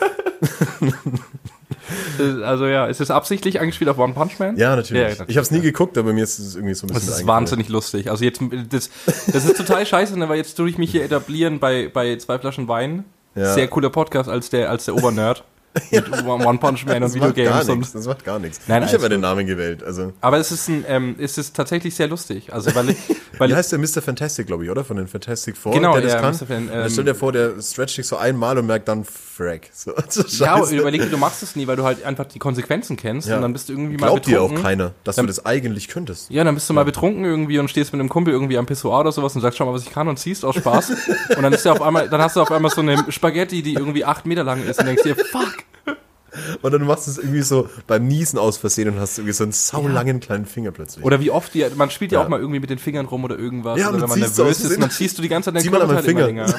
Also ja, ist es absichtlich angespielt auf One Punch Man? Ja, natürlich. Ich habe es nie geguckt, aber mir ist es irgendwie so ein bisschen. Das ist wahnsinnig lustig. Also jetzt, das ist total scheiße, ne, weil jetzt tue ich mich hier etablieren bei 2 Flaschen Wein. Ja. Sehr cooler Podcast als der Obernerd. Mit One Punch Man und Videogames. Das macht gar nichts. Nein, ich habe ja den Namen gewählt. Also. Aber es ist tatsächlich sehr lustig. Also, Wie heißt der Mr. Fantastic, glaube ich, oder? Von den Fantastic Four, genau, der das kann. Stell dir vor, der stretcht sich so einmal und merkt dann Frack. So überleg dir, du machst es nie, weil du halt einfach die Konsequenzen kennst und dann bist du irgendwie mal betrunken. Glaubt dir auch keiner, dass du das eigentlich könntest. Ja, dann bist du mal betrunken irgendwie und stehst mit einem Kumpel irgendwie am Pissoir oder sowas und sagst, schau mal, was ich kann und ziehst aus Spaß. Und dann hast du auf einmal so eine Spaghetti, die irgendwie 8 Meter lang ist und denkst dir, fuck. Und dann machst du es irgendwie so beim Niesen aus Versehen und hast irgendwie so einen saulangen kleinen Finger plötzlich. Oder wie oft, man spielt ja auch mal irgendwie mit den Fingern rum oder irgendwas. Ja, oder wenn man nervös ist, und dann ziehst du die ganze Zeit Zieh mal an meinen Finger. länger.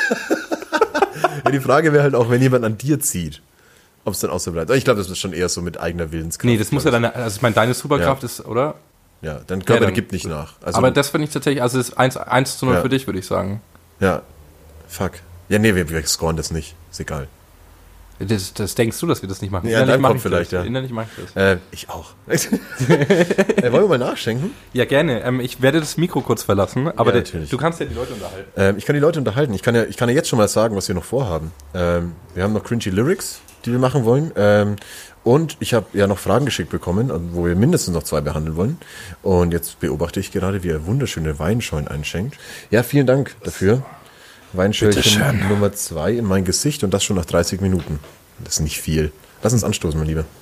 Ja, die Frage wäre halt auch, wenn jemand an dir zieht, ob es dann auch so bleibt. Ich glaube, das ist schon eher so mit eigener Willenskraft. Nee, das muss ja also ich meine, deine Superkraft ist, oder? Ja, dein Körper dann gibt nicht nach. Also, aber das finde ich tatsächlich, also das ist 1:0 für dich, würde ich sagen. Ja, fuck. Ja, nee, wir scoren das nicht. Ist egal. Das denkst du, dass wir das nicht machen? Ja, in deinem Kopf vielleicht, ja. Innerlich mache ich das. Ich auch. Wollen wir mal nachschenken? Ja, gerne. Ich werde das Mikro kurz verlassen, aber Ja, natürlich. du kannst ja die Leute unterhalten. Ich kann die Leute unterhalten. Ich kann ja jetzt schon mal sagen, was wir noch vorhaben. Wir haben noch cringy Lyrics, die wir machen wollen. Und ich habe ja noch Fragen geschickt bekommen, wo wir mindestens noch 2 behandeln wollen. Und jetzt beobachte ich gerade, wie er wunderschöne Weinschollen einschenkt. Ja, vielen Dank dafür. Weinschöllchen Nummer 2 in mein Gesicht und das schon nach 30 Minuten. Das ist nicht viel. Lass uns anstoßen, mein Lieber.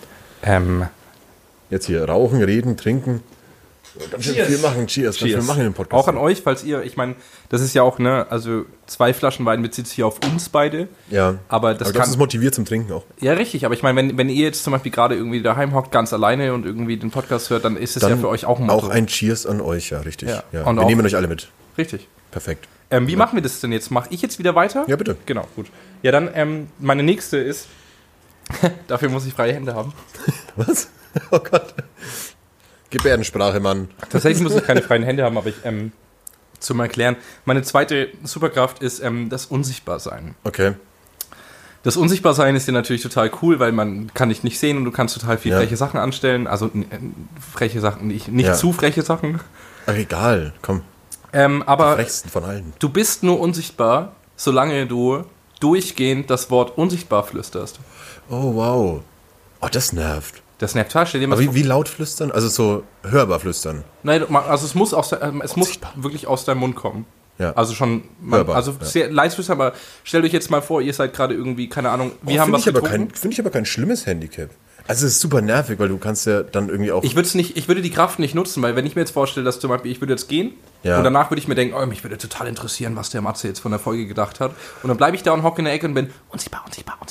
Jetzt hier rauchen, reden, trinken. Ganz schön viel machen. Cheers. Ganz viel machen in dem Podcast. Auch an euch, falls ihr, ich meine, das ist ja auch, ne, also 2 Flaschen Wein bezieht sich hier auf uns beide. Ja. Aber das kann. ist motiviert zum Trinken auch. Ja, richtig. Aber ich meine, wenn ihr jetzt zum Beispiel gerade irgendwie daheim hockt, ganz alleine und irgendwie den Podcast hört, dann ist es ja für euch auch ein Motto. Auch ein Cheers an euch, ja, richtig. Ja. Ja. Und Wir nehmen euch alle mit. Richtig. Perfekt. Wie machen wir das denn jetzt? Mache ich jetzt wieder weiter? Ja, bitte. Genau, gut. Ja, dann, meine nächste ist, dafür muss ich freie Hände haben. Was? Oh Gott. Gebärdensprache, Mann. Tatsächlich muss ich keine freien Hände haben, aber ich, zum Erklären, meine zweite Superkraft ist das Unsichtbarsein. Okay. Das Unsichtbarsein ist dir natürlich total cool, weil man kann dich nicht sehen und du kannst total viel freche Sachen anstellen. Also freche Sachen, nicht zu freche Sachen. Ach, egal, komm. Aber die frechsten von allen. Du bist nur unsichtbar, solange du durchgehend das Wort unsichtbar flüsterst. Oh, wow. Oh, das nervt. Das nervt total. Aber wie laut flüstern? Also so hörbar flüstern? Nein, also es muss wirklich aus deinem Mund kommen. Ja. Also schon, sehr leise flüstern, aber stellt euch jetzt mal vor, ihr seid gerade irgendwie, keine Ahnung, wir haben was getrunken. Finde ich aber kein schlimmes Handicap. Also es ist super nervig, weil du kannst ja dann irgendwie auch... Ich würde die Kraft nicht nutzen, weil wenn ich mir jetzt vorstelle, dass zum Beispiel, ich würde jetzt gehen und danach würde ich mir denken, mich würde total interessieren, was der Matze jetzt von der Folge gedacht hat. Und dann bleibe ich da und hocke in der Ecke und bin unsichtbar.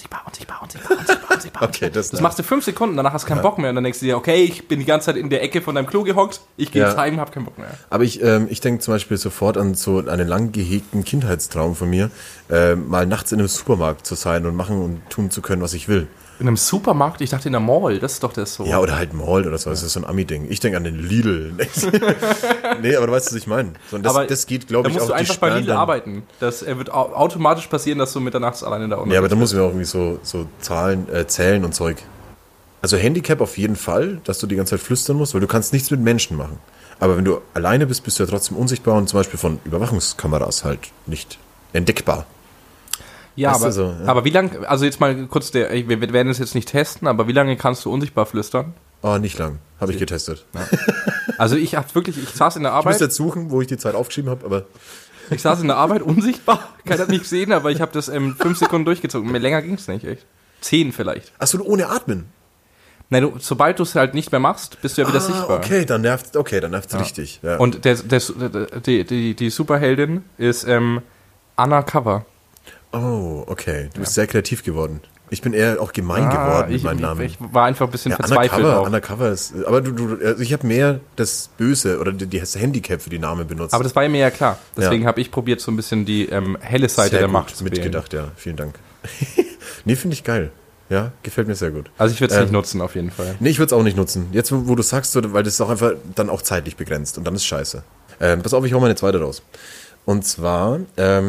Okay, das machst du 5 Sekunden, danach hast du keinen Bock mehr und dann denkst du dir, okay, ich bin die ganze Zeit in der Ecke von deinem Klo gehockt, ich gehe jetzt heim, hab keinen Bock mehr. Aber ich denke zum Beispiel sofort an so einen lang gehegten Kindheitstraum von mir, mal nachts in einem Supermarkt zu sein und machen und tun zu können, was ich will. In einem Supermarkt? Ich dachte in der Mall, das ist doch das so. Ja, oder halt Mall oder so, das ist so ein Ami-Ding. Ich denke an den Lidl. Nee, aber du weißt, was ich meine. So, das geht, glaube ich, auch. Da musst du einfach bei Lidl arbeiten. Das wird automatisch passieren, dass du mitternachts alleine da unten. Ja, aber da muss ich auch irgendwie so Zahlen zählen und Zeug. Also Handicap auf jeden Fall, dass du die ganze Zeit flüstern musst, weil du kannst nichts mit Menschen machen. Aber wenn du alleine bist, bist du ja trotzdem unsichtbar und zum Beispiel von Überwachungskameras halt nicht entdeckbar. Ja, aber wie lange, also jetzt mal kurz, wir werden es jetzt nicht testen, aber wie lange kannst du unsichtbar flüstern? Oh, nicht lang. Habe ich getestet. Ja. Also ich saß in der Arbeit. Ich muss jetzt suchen, wo ich die Zeit aufgeschrieben habe, aber... Ich saß in der Arbeit unsichtbar, keiner hat mich gesehen, aber ich habe das 5 Sekunden durchgezogen. Mehr länger ging es nicht, echt. 10 vielleicht. Achso, ohne Atmen? Nein, sobald du es halt nicht mehr machst, bist du ja wieder sichtbar. Okay, dann nervt's richtig. Ja. Und die Superheldin ist Undercover. Oh, okay. Du bist sehr kreativ geworden. Ich bin eher auch gemein geworden mit meinem Namen. Ich war einfach ein bisschen verzweifelt. Undercover ist... Aber also ich habe mehr das Böse oder das Handicap für die Namen benutzt. Aber das war mir ja klar. Deswegen habe ich probiert, so ein bisschen die helle Seite der Macht zu mitgedacht, ja. Vielen Dank. Nee, finde ich geil. Ja, gefällt mir sehr gut. Also ich würde es nicht nutzen, auf jeden Fall. Nee, ich würde es auch nicht nutzen. Jetzt, wo du sagst, weil das ist auch einfach dann auch zeitlich begrenzt und dann ist scheiße. Pass auf, ich hau mal eine zweite raus. Und zwar...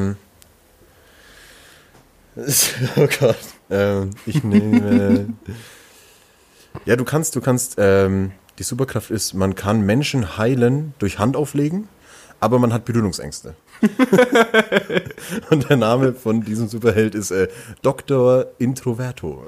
oh Gott. Ich nehme... Ja, du kannst, die Superkraft ist, man kann Menschen heilen durch Handauflegen, aber man hat Berührungsängste. Und der Name von diesem Superheld ist Dr. Introverto.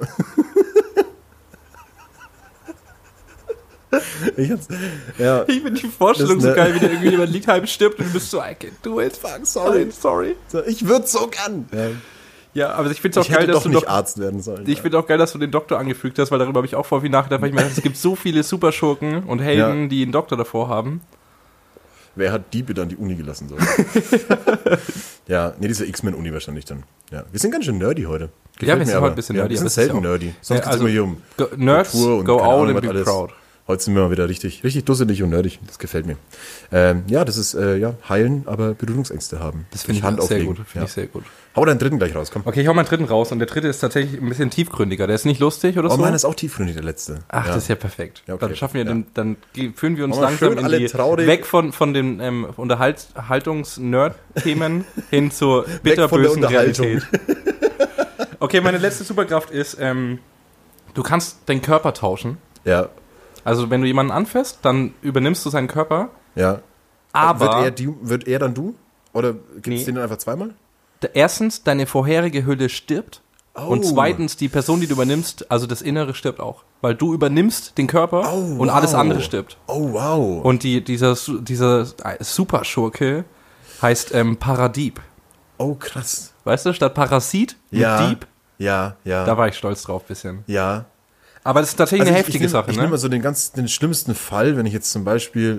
Ich finde die Vorstellung so geil, wie da irgendjemand liegt, halb stirbt und du bist so, I can't do it, fuck, sorry. Ich würde so gern. Ja, aber ich finde es auch geil, dass du nicht Arzt werden sollen. Ich finde auch geil, dass du den Doktor angefügt hast, weil darüber habe ich auch voll viel nachgedacht, weil ich meine, es gibt so viele Superschurken und Helden, die einen Doktor davor haben. Wer hat die bitte an die Uni gelassen? So. Ja, nee, diese X-Men-Uni wahrscheinlich dann. Ja. Wir sind ganz schön nerdy heute. Ja, wir sind heute ein bisschen nerdy. Wir sind selten nerdy. Sonst geht's immer hier um Nerds, Kultur und go keine out Ahnung, and be was alles. proud. Heute sind wir mal wieder richtig dusselig und nerdig. Das gefällt mir. Ja, das ist heilen, aber Berührungsängste haben. Das finde ich Hand sehr auflegen. gut. Finde ich sehr gut. Hau deinen dritten gleich raus, komm. Okay, ich hau meinen dritten raus und der dritte ist tatsächlich ein bisschen tiefgründiger. Der ist nicht lustig oder Oh, so. meiner ist auch tiefgründig, der letzte. Ach, das ist ja perfekt. Ja, okay. Dann schaffen wir, Ja. dann führen wir uns Machen wir langsam schön in alle die, traurig. weg von den Unterhaltungs-Nerd-Themen hin zur Weg bitterbösen von der Unterhaltung. Realität. Okay, meine letzte Superkraft ist, du kannst deinen Körper tauschen. Ja, Also wenn du jemanden anfasst, dann übernimmst du seinen Körper, ja. aber Wird er dann du? Oder gibt es Nee. den dann einfach zweimal? erstens, deine vorherige Hülle stirbt. Oh. Und zweitens, die Person, die du übernimmst, also das Innere stirbt auch. Weil du übernimmst den Körper Oh, und alles wow. andere stirbt. Oh, wow. Und dieser Superschurke heißt Paradieb. Oh, krass. Weißt du, statt Parasit mit Ja. Dieb, Ja, ja. da war ich stolz drauf ein bisschen. Ja. Aber das ist tatsächlich eine heftige Sache, Ich ne? nehme mal so den schlimmsten Fall, wenn ich jetzt zum Beispiel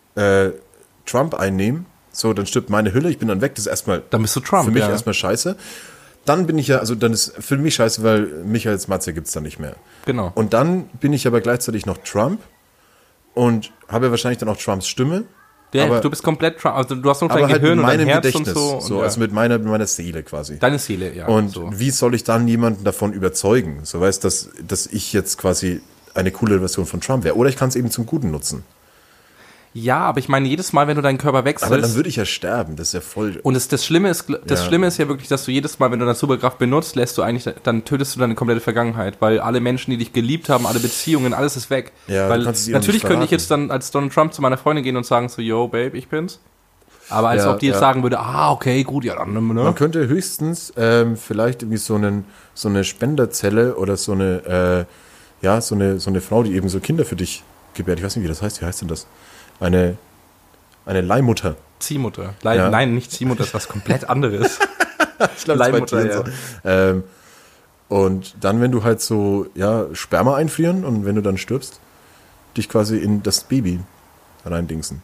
Trump einnehme, so, dann stirbt meine Hülle, ich bin dann weg, das ist erstmal Dann bist du Trump, für mich ja. erstmal scheiße. Dann bin ich ja, also dann ist für mich scheiße, weil Michael Matze gibt's dann nicht mehr. Genau. Und dann bin ich aber gleichzeitig noch Trump und habe wahrscheinlich dann auch Trumps Stimme. Ja, aber- du bist komplett Trump. Also du hast nur dein aber halt Gehirn mit und dein meinem Herz Gedächtnis, und so. Und, also mit meiner Seele quasi. deine Seele, ja. Und so. wie soll ich dann jemanden davon überzeugen? So weißt, dass ich jetzt quasi eine coole Version von Trump wäre. Oder ich kann es eben zum Guten nutzen. Ja, aber ich meine, jedes Mal, wenn du deinen Körper wechselst. Aber dann würde ich ja sterben. Das ist ja voll. Und das Schlimme ist, Ja. Schlimme ist ja wirklich, dass du jedes Mal, wenn du deine Superkraft benutzt, dann tötest du deine komplette Vergangenheit, weil alle Menschen, die dich geliebt haben, alle Beziehungen, alles ist weg. Ja, du weil kannst es ihnen natürlich nicht könnte ich verraten. jetzt dann als Donald Trump zu meiner Freundin gehen und sagen so, yo, Babe, ich bin's. Aber als Ja, ob die jetzt ja. sagen würde, okay, gut, ja, dann, ne? Man könnte höchstens vielleicht irgendwie so eine Spenderzelle oder so eine Frau, die eben so Kinder für dich gebärt. Ich weiß nicht, wie das heißt. Wie heißt denn das? Eine Leihmutter. Ziehmutter. Ja. Nein, nicht Ziehmutter, das ist was komplett anderes. Ich glaube, Leihmutter, ja. Und dann, wenn du halt so, Sperma einfrieren und wenn du dann stirbst, dich quasi in das Baby reindingsen.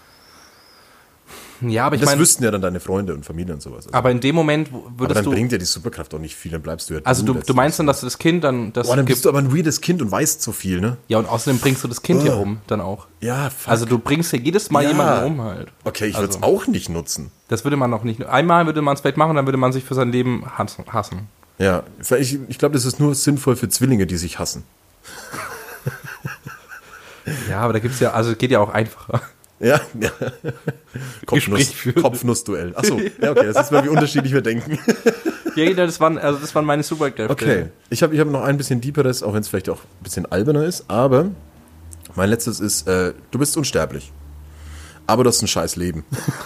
Ja, aber ich Das meine, wüssten ja dann deine Freunde und Familie und sowas. Also, aber in dem Moment aber würdest dann du, bringt ja die Superkraft auch nicht viel, dann bleibst du ja also du letztlich. meinst dann, dass du das Kind dann, das Boah, dann gibt, bist du aber ein weirdes Kind und weißt so viel, ne? ja, und außerdem bringst du das Kind ja Oh. um, dann auch. Ja, fuck. Also du bringst ja jedes Mal Ja. jemanden um halt. Okay, ich würde es also- auch nicht nutzen. Das würde man noch nicht. Einmal würde man es vielleicht machen, dann würde man sich für sein Leben hassen. Ja, ich glaube, das ist nur sinnvoll für Zwillinge, die sich hassen. Ja, aber da gibt's ja, also es geht ja auch einfacher. Ja. Gespräch führen. Kopfnussduell. Achso, ja, okay, das ist mal, wie unterschiedlich wir denken. Ja, das waren meine Superkräfte. Okay, ich hab noch ein bisschen deeperes, auch wenn es vielleicht auch ein bisschen alberner ist, aber mein letztes ist, du bist unsterblich. Aber du hast ein scheiß Leben.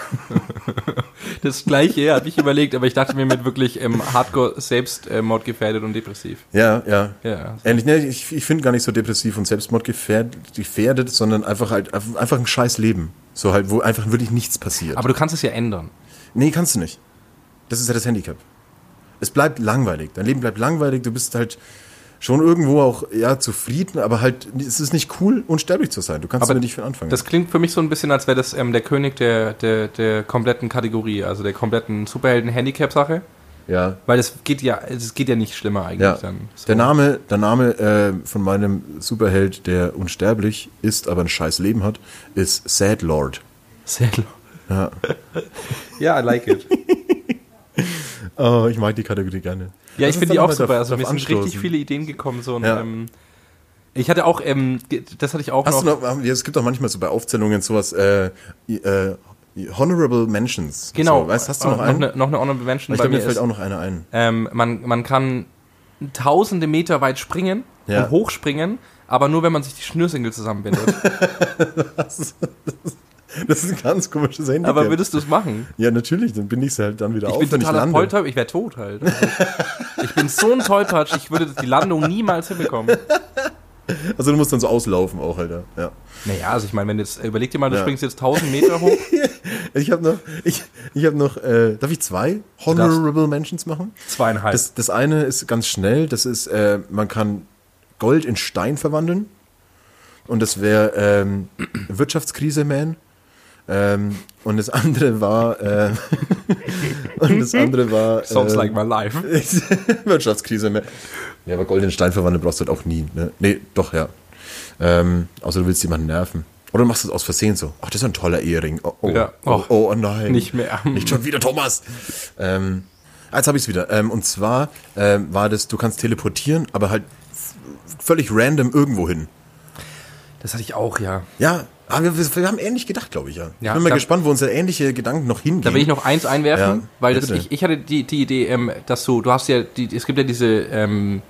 Das Gleiche habe ich überlegt, aber ich dachte mir mit wirklich Hardcore selbstmordgefährdet und depressiv. Ja. Ja. Ähnlich, ne, ich finde gar nicht so depressiv und selbstmordgefährdet, sondern einfach ein scheiß Leben. So halt, wo einfach wirklich nichts passiert. Aber du kannst es ja ändern. Nee, kannst du nicht. Das ist ja das Handicap. Es bleibt langweilig. Dein Leben bleibt langweilig. Du bist halt schon irgendwo auch zufrieden, aber halt, es ist nicht cool, unsterblich zu sein. Du kannst Aber damit nicht viel anfangen. Das klingt für mich so ein bisschen, als wäre das der König der kompletten Kategorie, also der kompletten Superhelden-Handicap-Sache. ja. Weil es geht ja nicht schlimmer eigentlich Ja. dann. So. Der Name von meinem Superheld, der unsterblich ist, aber ein scheiß Leben hat, ist Sad Lord. Sehr Ja. Ja, I like it. Oh, ich mag die Kategorie gerne. Ja, Lass ich uns finde da die noch auch mal super. Also drauf mir sind anstoßen. richtig viele Ideen gekommen. So, und, Ja. ich hatte auch, das hatte ich auch Hast noch. du noch, es gibt auch manchmal so bei Aufzählungen sowas, Honorable Mentions. Genau. So, weißt, hast du noch einen? Noch eine Honorable Mention Ich bei glaube, mir mir fällt ist, auch noch einer ein. man kann tausende Meter weit springen Ja. und hochspringen, aber nur, wenn man sich die Schnürsenkel zusammenbindet. Das ist ein ganz komisches Handicap. Aber würdest du es machen? Ja, natürlich, dann bin ich halt dann wieder Ich auf, bin wenn ich totaler lande. Volltoll, ich wäre tot halt. Also, ich bin so ein Tollpatsch, ich würde die Landung niemals hinbekommen. Also du musst dann so auslaufen auch, Alter. Ja. Naja, also ich meine, überleg dir mal, du Ja. springst jetzt 1000 Meter hoch. Ich habe noch, darf ich 2 Honorable Mentions machen? 2,5. Das eine ist ganz schnell, das ist, man kann Gold in Stein verwandeln und das wäre Wirtschaftskrise-Man. Und das andere war Sounds like my life. Wirtschaftskrise mehr. Ja, aber goldenen Stein verwandeln brauchst du halt auch nie. Ne? Nee, doch, ja. Außer du willst jemanden nerven. Oder du machst es aus Versehen so. Ach, das ist ein toller Ehering. Ja. Oh nein. Nicht mehr. Nicht schon wieder, Thomas. Jetzt habe ich es wieder. Und zwar war das, du kannst teleportieren, aber halt völlig random irgendwo hin. Das hatte ich auch, ja. Ja, aber wir haben ähnlich gedacht, glaube ich, ja. Ja, Ich bin mal gespannt, wo unsere ähnliche Gedanken noch hingehen. Da will ich noch eins einwerfen, Ja, weil bitte. ich hatte die Idee, dass du hast ja, es gibt ja diese,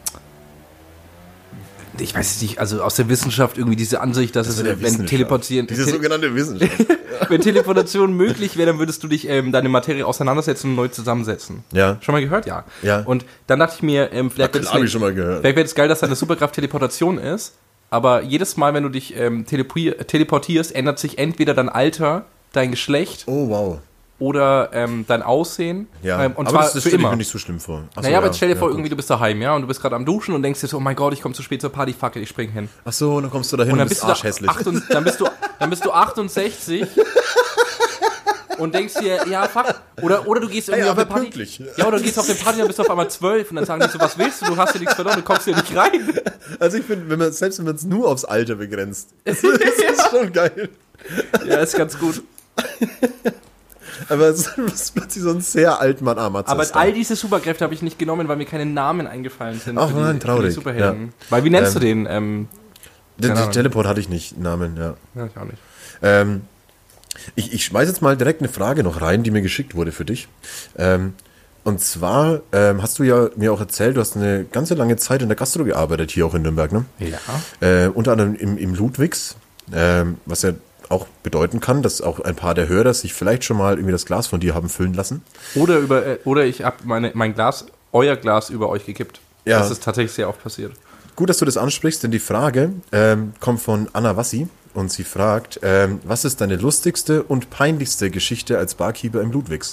ich weiß es nicht, also aus der Wissenschaft irgendwie diese Ansicht, dass es, wenn Teleportieren, Diese sogenannte Wissenschaft. wenn Teleportation möglich wäre, dann würdest du dich deine Materie auseinandersetzen und neu zusammensetzen. Ja. Schon mal gehört? Ja. Ja. Und dann dachte ich mir, vielleicht Klar, habe ich schon mal gehört. wäre es geil, dass deine Superkraft Teleportation ist, aber jedes Mal, wenn du dich teleportierst, ändert sich entweder dein Alter, dein Geschlecht Oh, wow. oder dein Aussehen. Ja, Und aber zwar das für stelle ich immer. mir nicht so schlimm vor. Ach so, Naja, aber jetzt stell dir vor, gut. irgendwie du bist daheim, ja, und du bist gerade am Duschen und denkst dir so, oh mein Gott, ich komme zu spät zur Party, fuck it, ich spring hin. Ach so, und dann kommst du da hin Und und dann bist bist du arschhässlich. dann bist du 68 und denkst dir, ja, fuck, oder du gehst irgendwie Ey, auf eine aber Party. pünktlich. Ja, oder du gehst auf eine Party, dann bist du auf einmal 12 und dann sagen die so, was willst du, du hast ja nichts verloren, du kommst hier nicht rein. Also ich finde, selbst wenn man es nur aufs Alter begrenzt, das ist schon geil. Ja, ist ganz gut. Aber es ist plötzlich so ein sehr altmann-armer Aber Zester. all diese Superkräfte habe ich nicht genommen, weil mir keine Namen eingefallen sind. Ach für die- nein, traurig. für die Superhelden. Ja. Weil, wie nennst du den? Den keine Ahnung. Teleport hatte ich nicht, Namen, ja. Ja, ich auch nicht. Ich schmeiß jetzt mal direkt eine Frage noch rein, die mir geschickt wurde für dich. Und zwar hast du ja mir auch erzählt, du hast eine ganze lange Zeit in der Gastro gearbeitet, hier auch in Nürnberg, ne? Ja. Unter anderem im Ludwigs, was ja auch bedeuten kann, dass auch ein paar der Hörer sich vielleicht schon mal irgendwie das Glas von dir haben füllen lassen. Oder ich habe euer Glas über euch gekippt. Ja. Das ist tatsächlich sehr oft passiert. Gut, dass du das ansprichst, denn die Frage kommt von Anna Wassi und sie fragt, was ist deine lustigste und peinlichste Geschichte als Barkeeper im Ludwigs?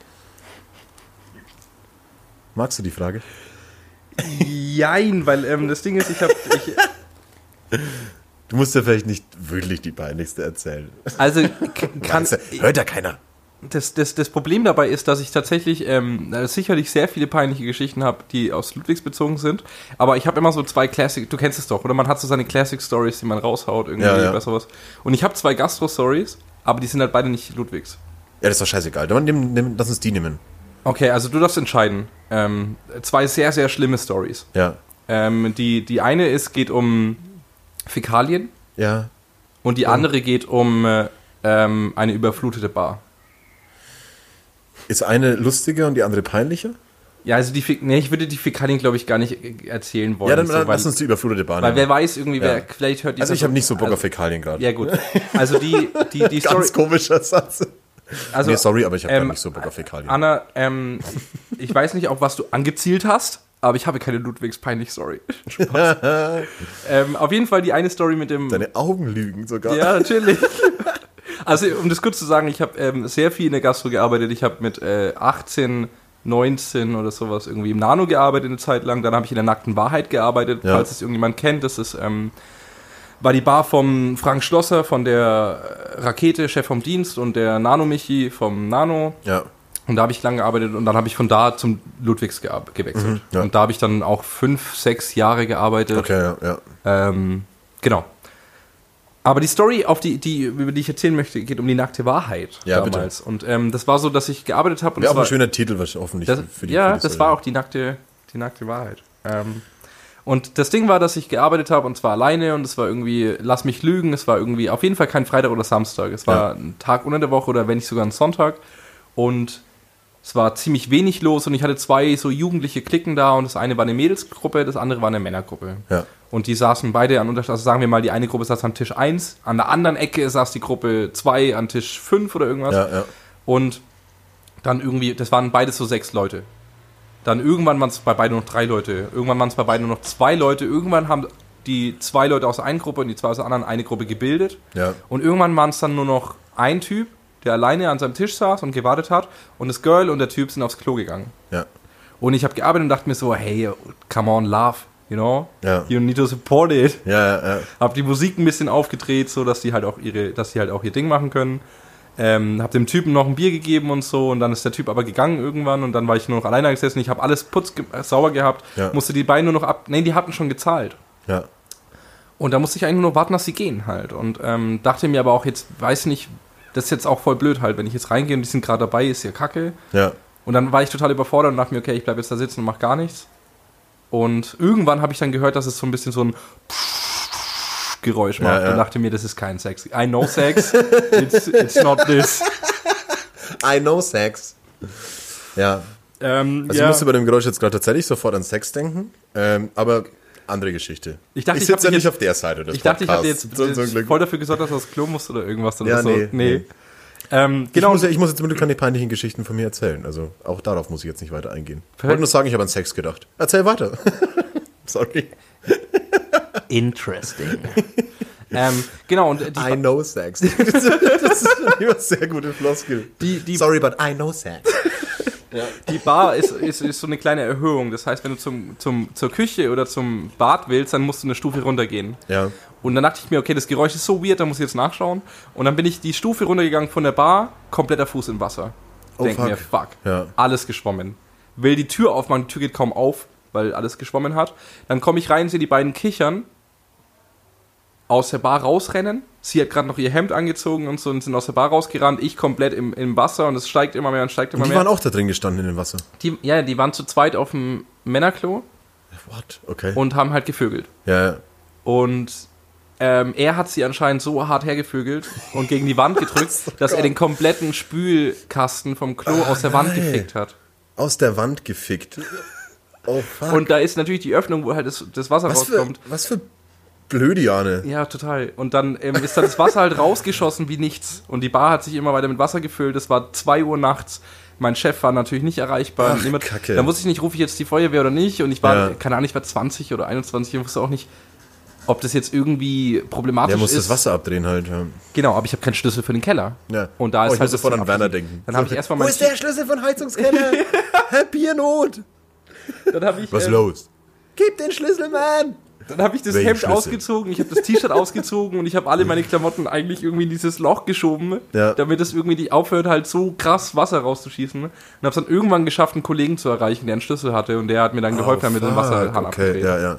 Magst du die Frage? Jein, weil das Ding ist, Du musst ja vielleicht nicht wirklich die peinlichste erzählen. also Hört ja keiner. das Problem dabei ist, dass ich tatsächlich sicherlich sehr viele peinliche Geschichten habe, die aus Ludwigs bezogen sind, aber ich habe immer so zwei Classic, du kennst es doch, oder man hat so seine Classic Stories, die man raushaut, irgendwie oder sowas. Und ich habe zwei Gastro-Stories, aber die sind halt beide nicht Ludwigs. Ja, das ist doch scheißegal. Dann lass uns die nehmen. Okay, also du darfst entscheiden. Zwei sehr, sehr schlimme Stories. Ja. Die eine geht um Fäkalien Ja. und die andere geht um eine überflutete Bar. Ist eine lustiger und die andere peinlicher? Ja, also ich würde die Fäkalien, glaube ich, gar nicht erzählen wollen. Ja, dann so, lass uns die überflutete Bahn weil nehmen. wer weiß irgendwie, Ja. vielleicht hört die Also ich Person- habe nicht so Bock auf Fäkalien gerade. Ja, gut. Also die Story. Ganz komischer Satz. Also, Nee, sorry, aber ich habe nicht so Bock auf Fäkalien. Anna, ich weiß nicht, auf was du angezielt hast, aber ich habe keine Ludwigs peinlich Story. Spaß. Auf jeden Fall die eine Story mit dem. Deine Augen lügen sogar. Ja, natürlich. Also, um das kurz zu sagen, ich habe sehr viel in der Gastro gearbeitet. Ich habe mit 18, 19 oder sowas irgendwie im Nano gearbeitet eine Zeit lang. Dann habe ich in der Nackten Wahrheit gearbeitet, Ja. falls es irgendjemand kennt. Das ist, war die Bar vom Frank Schlosser, von der Rakete, Chef vom Dienst, und der Nano-Michi vom Nano. Ja. Und da habe ich lange gearbeitet und dann habe ich von da zum Ludwigs gewechselt. ja. Und da habe ich dann auch 5, 6 Jahre gearbeitet. Okay, ja. Genau. Aber die Story, über die ich erzählen möchte, geht um die nackte Wahrheit Ja, damals. Und das war so, dass ich gearbeitet habe. Wäre auch ein schöner Titel, was hoffentlich für die das Story. war auch die nackte Wahrheit. Und das Ding war, dass ich gearbeitet habe und zwar alleine und es war irgendwie, lass mich lügen, es war irgendwie auf jeden Fall kein Freitag oder Samstag. Es war ein Tag unter der Woche oder wenn nicht sogar ein Sonntag. Und es war ziemlich wenig los und ich hatte 2 so jugendliche Klicken da und das eine war eine Mädelsgruppe, das andere war eine Männergruppe. Ja. Und die saßen beide also sagen wir mal, die eine Gruppe saß an Tisch 1, an der anderen Ecke saß die Gruppe 2 an Tisch 5 oder irgendwas. Ja. Und dann irgendwie, das waren beides so 6 Leute. Dann irgendwann waren es bei beiden noch 3 Leute, irgendwann waren es bei beiden nur noch 2 Leute, irgendwann haben die 2 Leute aus der einen Gruppe und die 2 aus der anderen eine Gruppe gebildet. Ja. Und irgendwann waren es dann nur noch ein Typ, der alleine an seinem Tisch saß und gewartet hat und das Girl und der Typ sind aufs Klo gegangen. Ja. Und ich habe gearbeitet und dachte mir so, hey, come on, love, you know? Ja. You need to support it. Ja. Hab die Musik ein bisschen aufgedreht, so dass die halt auch ihr Ding machen können. Hab dem Typen noch ein Bier gegeben und so und dann ist der Typ aber gegangen irgendwann und dann war ich nur noch alleine gesessen. Ich habe alles sauber gehabt, musste die beiden nur noch die hatten schon gezahlt. Ja. Und da musste ich eigentlich nur noch warten, dass sie gehen halt. Und dachte mir aber auch jetzt, weiß nicht, das ist jetzt auch voll blöd halt, wenn ich jetzt reingehe und die sind gerade dabei, ist ja kacke. Ja. Und dann war ich total überfordert und dachte mir, okay, ich bleibe jetzt da sitzen und mach gar nichts. Und irgendwann habe ich dann gehört, dass es so ein bisschen so ein Geräusch macht. Und dachte mir, das ist kein Sex. I know Sex, it's not this. I know Sex. Ja. Ich musste bei dem Geräusch jetzt gerade tatsächlich sofort an Sex denken, aber andere Geschichte. Ich sitze ja nicht auf der Seite des Podcasts. Ich dachte, ich hatte jetzt voll dafür gesorgt, dass du aufs Klo musst oder irgendwas. Oder so. Nee. Genau. Ich muss jetzt mit keine peinlichen Geschichten von mir erzählen. Also auch darauf muss ich jetzt nicht weiter eingehen. Ich wollte nur sagen, ich habe an Sex gedacht. Erzähl weiter. Sorry. Interesting. Genau. Und I know Sex. Das ist eine sehr gute Floskel. Sorry, but I know Sex. Ja. Die Bar ist so eine kleine Erhöhung. Das heißt, wenn du zur Küche oder zum Bad willst, dann musst du eine Stufe runtergehen. Ja. Und dann dachte ich mir, okay, das Geräusch ist so weird, da muss ich jetzt nachschauen. Und dann bin ich die Stufe runtergegangen von der Bar, kompletter Fuß im Wasser. Denk mir, fuck, alles geschwommen. Will die Tür aufmachen, die Tür geht kaum auf, weil alles geschwommen hat. Dann komme ich rein, sehe die beiden kichern, aus der Bar rausrennen. Sie hat gerade noch ihr Hemd angezogen und so und sind aus der Bar rausgerannt. Ich komplett im Wasser und es steigt immer mehr und steigt immer mehr. Die waren auch da drin gestanden in dem Wasser? Die waren zu zweit auf dem Männerklo. What? Okay. Und haben halt gevögelt. Ja. Und er hat sie anscheinend so hart hergevögelt und gegen die Wand gedrückt, dass er den kompletten Spülkasten vom Klo aus der Wand gefickt hat. Aus der Wand gefickt? Oh, fuck. Und da ist natürlich die Öffnung, wo halt das Wasser rauskommt. Was für blöde Jahre. Ja, total. Und dann ist da das Wasser halt rausgeschossen wie nichts. Und die Bar hat sich immer weiter mit Wasser gefüllt. Es war 2 Uhr nachts. Mein Chef war natürlich nicht erreichbar. Ach, Kacke. Da wusste ich nicht, rufe ich jetzt die Feuerwehr oder nicht. Und ich war, keine Ahnung, ich war 20 oder 21. Ich wusste auch nicht, ob das jetzt irgendwie problematisch ist. Der muss das Wasser abdrehen halt, ja. Genau, aber ich habe keinen Schlüssel für den Keller. Ja. Und da ist ich halt muss sofort an Werner denken. Dann habe ich erstmal Wo ist der Schlüssel von Heizungskeller? Biernot! Dann habe ich was los? Gib den Schlüssel, Mann! Dann habe ich das Hemd ausgezogen, ich habe das T-Shirt ausgezogen und ich habe alle meine Klamotten eigentlich irgendwie in dieses Loch geschoben, damit es irgendwie nicht aufhört, halt so krass Wasser rauszuschießen. Und habe es dann irgendwann geschafft, einen Kollegen zu erreichen, der einen Schlüssel hatte und der hat mir dann geholfen, mit dem Wasserhahn abgedreht. Ja.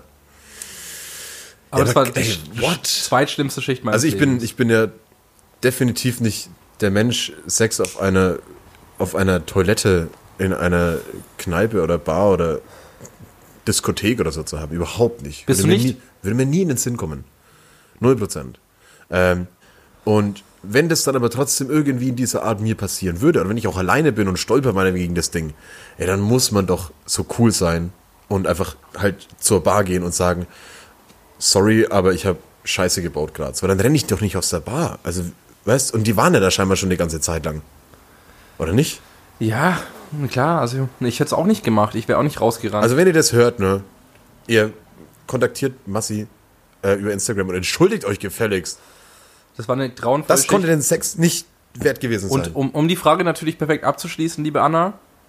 Aber das war die zweitschlimmste Schicht meines Lebens. Also ich bin ja definitiv nicht der Mensch, Sex auf einer Toilette in einer Kneipe oder Bar oder Diskothek oder so zu haben. Überhaupt nicht. Bist du nicht? Würde mir nie in den Sinn kommen. 0%. Und wenn das dann aber trotzdem irgendwie in dieser Art mir passieren würde, oder wenn ich auch alleine bin und stolper mal gegen das Ding, dann muss man doch so cool sein und einfach halt zur Bar gehen und sagen, sorry, aber ich habe Scheiße gebaut gerade. So, dann renne ich doch nicht aus der Bar. Also, weißt, und die waren ja da scheinbar schon die ganze Zeit lang. Oder nicht? Ja, klar, also ich hätte es auch nicht gemacht. Ich wäre auch nicht rausgerannt. Also wenn ihr das hört, ne, ihr kontaktiert Massi über Instagram und entschuldigt euch gefälligst. Das war eine grauenvolle Das konnte den Sex nicht wert gewesen sein. Und um die Frage natürlich perfekt abzuschließen, liebe Anna,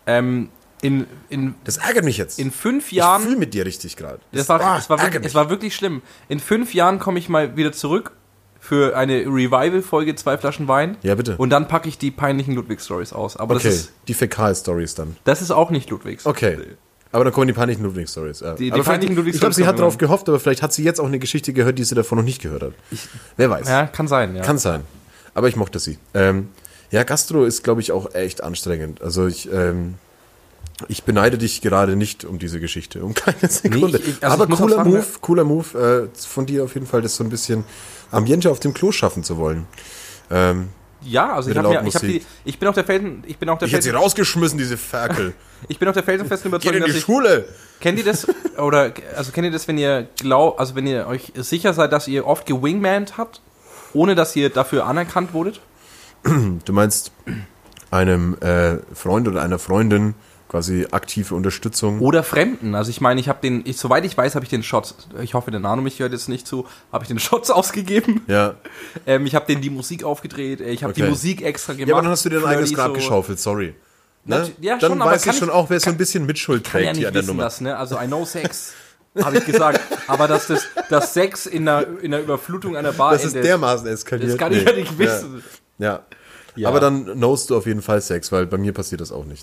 das ärgert mich jetzt. In 5 Jahren... Ich fühle mit dir richtig gerade. Es war wirklich schlimm. In 5 Jahren komme ich mal wieder zurück für eine Revival-Folge 2 Flaschen Wein. Ja, bitte. Und dann packe ich die peinlichen Ludwig-Stories aus. Aber okay, das ist, die Fäkal-Stories dann. Das ist auch nicht Ludwigs. Okay. Aber dann kommen die peinlichen Ludwig-Stories. Ja. Die peinlichen Ludwig-Stories. Ich glaube, sie hat darauf gehofft, aber vielleicht hat sie jetzt auch eine Geschichte gehört, die sie davon noch nicht gehört hat. Wer weiß. Ja, kann sein. Ja. Kann sein. Aber ich mochte sie. Ja, Gastro ist, glaube ich, auch echt anstrengend. Also ich beneide dich gerade nicht um diese Geschichte, um keine Sekunde. Nee, aber cooler Move von dir auf jeden Fall, das so ein bisschen Ambiente auf dem Klo schaffen zu wollen. Ja, also ich bin auf der Felsen... Ich hätte sie rausgeschmissen, diese Ferkel. Ich bin auf der felsenfesten Überzeugung, dass Schule. Kennt ihr das? Kennt ihr das, wenn ihr euch sicher seid, dass ihr oft gewingmant habt, ohne dass ihr dafür anerkannt wurdet? Du meinst einem Freund oder einer Freundin quasi aktive Unterstützung. Oder Fremden. Also ich meine, soweit ich weiß, habe ich den Shots, ich hoffe, der Nano mich hört jetzt nicht zu, habe ich den Shots ausgegeben. Ja. Ich habe denen die Musik aufgedreht, ich habe die Musik extra gemacht. Ja, aber dann hast du dir ein eigenes Grab geschaufelt, sorry. Ne? Ja, dann schon, weiß ich schon auch, wer so ein bisschen Mitschuld trägt hier an der Nummer. Das, ne? Also I know Sex, habe ich gesagt. Aber dass Sex in einer Überflutung einer Bar endet. Das ist dermaßen eskaliert. Das kann ich ja nicht wissen. Ja. Ja. Aber dann knowst du auf jeden Fall Sex, weil bei mir passiert das auch nicht.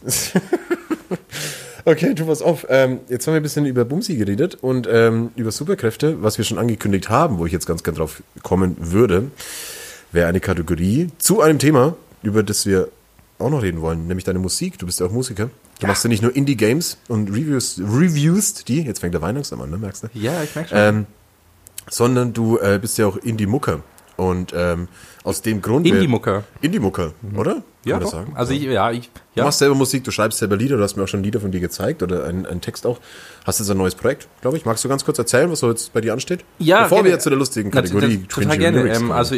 Okay, tu pass auf. Jetzt haben wir ein bisschen über Bumsi geredet und über Superkräfte, was wir schon angekündigt haben, wo ich jetzt ganz gern drauf kommen würde, wäre eine Kategorie zu einem Thema, über das wir auch noch reden wollen, nämlich deine Musik. Du bist ja auch Musiker. Du machst ja nicht nur Indie-Games und reviewst die, jetzt fängt der Weihnachts an, ne, merkst du? Ja, ich merke schon. Sondern du bist ja auch Indie-Mucker. Und aus dem Grund... Indie-Mucker. Indie-Mucker, oder? Kann Ja, man das doch. sagen? Also Du machst selber Musik, du schreibst selber Lieder, du hast mir auch schon Lieder von dir gezeigt oder einen Text auch. Hast jetzt ein neues Projekt, glaube ich. Magst du ganz kurz erzählen, was so jetzt bei dir ansteht? Ja, Bevor gerne. wir jetzt zu der lustigen Kategorie total gerne. Also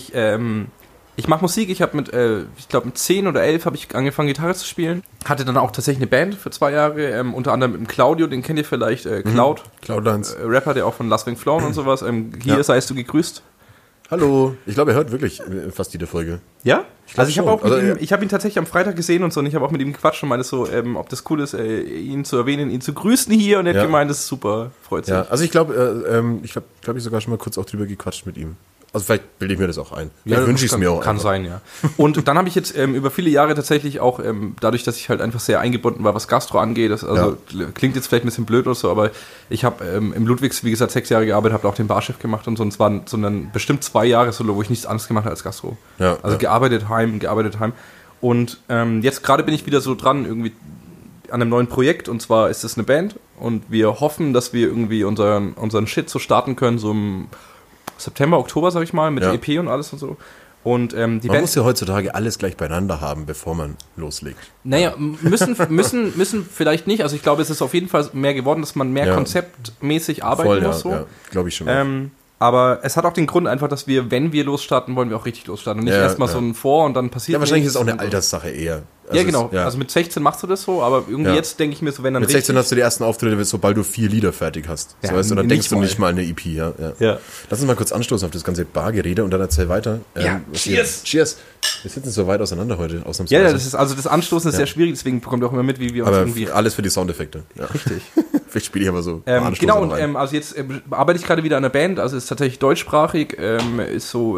ich mache Musik, ich habe ich glaube mit 10 oder 11 habe ich angefangen Gitarre zu spielen. Hatte dann auch tatsächlich eine Band für 2 Jahre, unter anderem mit dem Claudio, den kennt ihr vielleicht, Cloud. Cloudlines. Rapper, der auch von Last Wing Flown und sowas. Hier seist du gegrüßt. Hallo. Ich glaube, er hört wirklich fast jede Folge. Ja? Also ich habe schon. auch mit Also, ihm, ich habe ihn tatsächlich am Freitag gesehen und so und ich habe auch mit ihm gequatscht und meinte so, ob das cool ist, ihn zu erwähnen, ihn zu grüßen hier und er hat gemeint, das ist super, freut sich. Ja, also ich glaube, ich habe sogar schon mal kurz auch drüber gequatscht mit ihm. Also vielleicht bilde ich mir das auch ein. Vielleicht wünsche ich es mir auch Kann einfach. sein, ja. Und dann habe ich jetzt über viele Jahre tatsächlich auch, dadurch, dass ich halt einfach sehr eingebunden war, was Gastro angeht, klingt jetzt vielleicht ein bisschen blöd oder so, aber ich habe im Ludwigs, wie gesagt, 6 Jahre gearbeitet, habe auch den Barchef gemacht und so, und es waren sondern bestimmt 2 Jahre solo, wo ich nichts anderes gemacht habe als Gastro. Ja, also gearbeitet heim. Und jetzt gerade bin ich wieder so dran, irgendwie an einem neuen Projekt, und zwar ist es eine Band und wir hoffen, dass wir irgendwie unseren Shit so starten können, so im September, Oktober, sag ich mal, mit EP und alles und so. Und die Man Band muss ja heutzutage alles gleich beieinander haben, bevor man loslegt. Naja, müssen vielleicht nicht. Also ich glaube, es ist auf jeden Fall mehr geworden, dass man mehr konzeptmäßig arbeiten muss. So. Ja, glaube ich schon. Aber es hat auch den Grund einfach, dass wir, wenn wir losstarten, wollen wir auch richtig losstarten. Und nicht erstmal so ein Vor und dann passiert Ja, wahrscheinlich ist nichts es auch eine und- Alterssache eher. Ja, genau. Also mit 16 machst du das so, aber irgendwie jetzt denke ich mir so, wenn dann Mit 16 hast du die ersten Auftritte, sobald du 4 Lieder fertig hast. Ja, So, weißt du, dann denkst du nicht nicht mal eine EP. Ja. Ja. Lass uns mal kurz anstoßen auf das ganze Bargerede und dann erzähl weiter. Cheers! Cheers! Wir sitzen so weit auseinander heute, ausnahmsweise. Ja, das Anstoßen ist sehr schwierig, deswegen bekommt ihr auch immer mit, wie wir uns aber irgendwie... alles für die Soundeffekte. Ja. Richtig. Vielleicht spiele ich aber so Anstoßen Genau, und rein. also jetzt arbeite ich gerade wieder an einer Band, also ist tatsächlich deutschsprachig, ist so,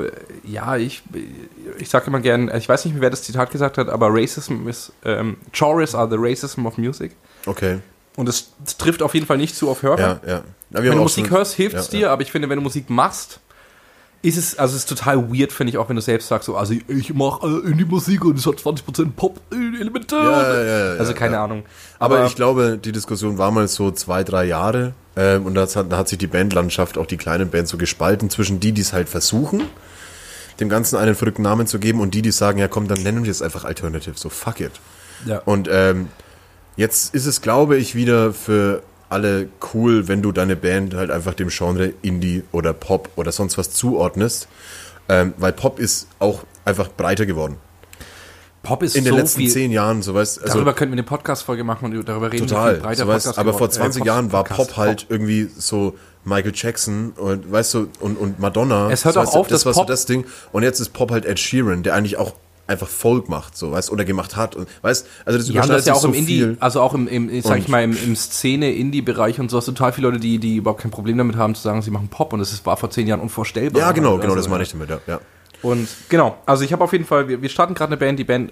ich sage immer gern, ich weiß nicht mehr, wer das Zitat gesagt hat, aber Racism is, Genres are the racism of music. Okay. Und es trifft auf jeden Fall nicht zu auf Hörer. Ja. Wenn du Musik hörst, hilft es dir, aber ich finde, wenn du Musik machst, ist es total weird, finde ich, auch wenn du selbst sagst, so, also ich mache Indie-Musik und es hat 20% Pop-Elemente. Ja, Also keine Ahnung. Aber ich glaube, die Diskussion war mal so 2-3 Jahre und da hat sich die Bandlandschaft, auch die kleinen Bands, so gespalten zwischen die es halt versuchen, dem Ganzen einen verrückten Namen zu geben, und die sagen, ja komm, dann nennen wir es einfach Alternative, so fuck it. Ja. Und jetzt ist es, glaube ich, wieder für alle cool, wenn du deine Band halt einfach dem Genre Indie oder Pop oder sonst was zuordnest, weil Pop ist auch einfach breiter geworden. Pop ist In den so letzten viel, 10 Jahren, so weißt du. darüber könnten wir eine Podcast-Folge machen und darüber reden, Total, wie viel breiter so weißt, Podcast aber vor geworden- 20 Pop- Jahren war Podcast, Pop halt irgendwie so Michael Jackson und weißt du und Madonna. Es hört so, auch weißt du, auf, das dass war so Pop- das Ding, und jetzt ist Pop halt Ed Sheeran, der eigentlich auch einfach Folk macht, so weißt, oder gemacht hat, und weißt, also das Ja, und das überschneidet ist ja sich auch so im Indie, viel. also auch im Szene-Indie-Bereich und so, hast du total viele Leute, die überhaupt kein Problem damit haben, zu sagen, sie machen Pop, und das war vor 10 Jahren unvorstellbar. Ja, genau, Also, das meine ich damit, ja. Und genau, also ich habe auf jeden Fall, wir starten gerade eine Band, die Band,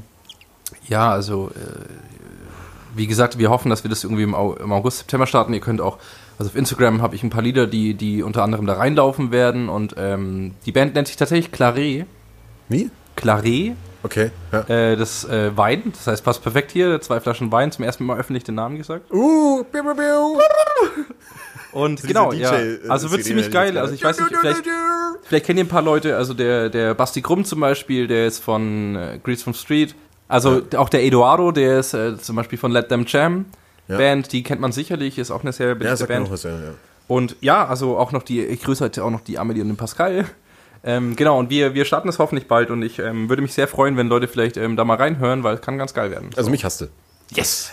wie gesagt, wir hoffen, dass wir das irgendwie im August, September starten. Ihr könnt auch, also auf Instagram habe ich ein paar Lieder, die unter anderem da reinlaufen werden, und die Band nennt sich tatsächlich Claré. Wie? Claré, Okay, ja. das Wein, das heißt, passt perfekt hier, 2 Flaschen Wein, zum ersten Mal öffentlich den Namen gesagt. Biu, biu, biu. Und genau, DJ, ja, also wird Sirene, ziemlich die geil, jetzt also ich weiß nicht, vielleicht kennt ihr ein paar Leute, also der Basti Krumm zum Beispiel, der ist von Grease from Street, also auch der Eduardo, der ist zum Beispiel von Let Them Jam Band, die kennt man sicherlich, ist auch eine sehr Ja, beliebte sag mir Band. noch was, ja. Und ja, also auch noch ich grüße heute auch noch die Amelie und den Pascal. Genau, und wir starten das hoffentlich bald, und ich würde mich sehr freuen, wenn Leute vielleicht da mal reinhören, weil es kann ganz geil werden. Also mich hasste. Yes!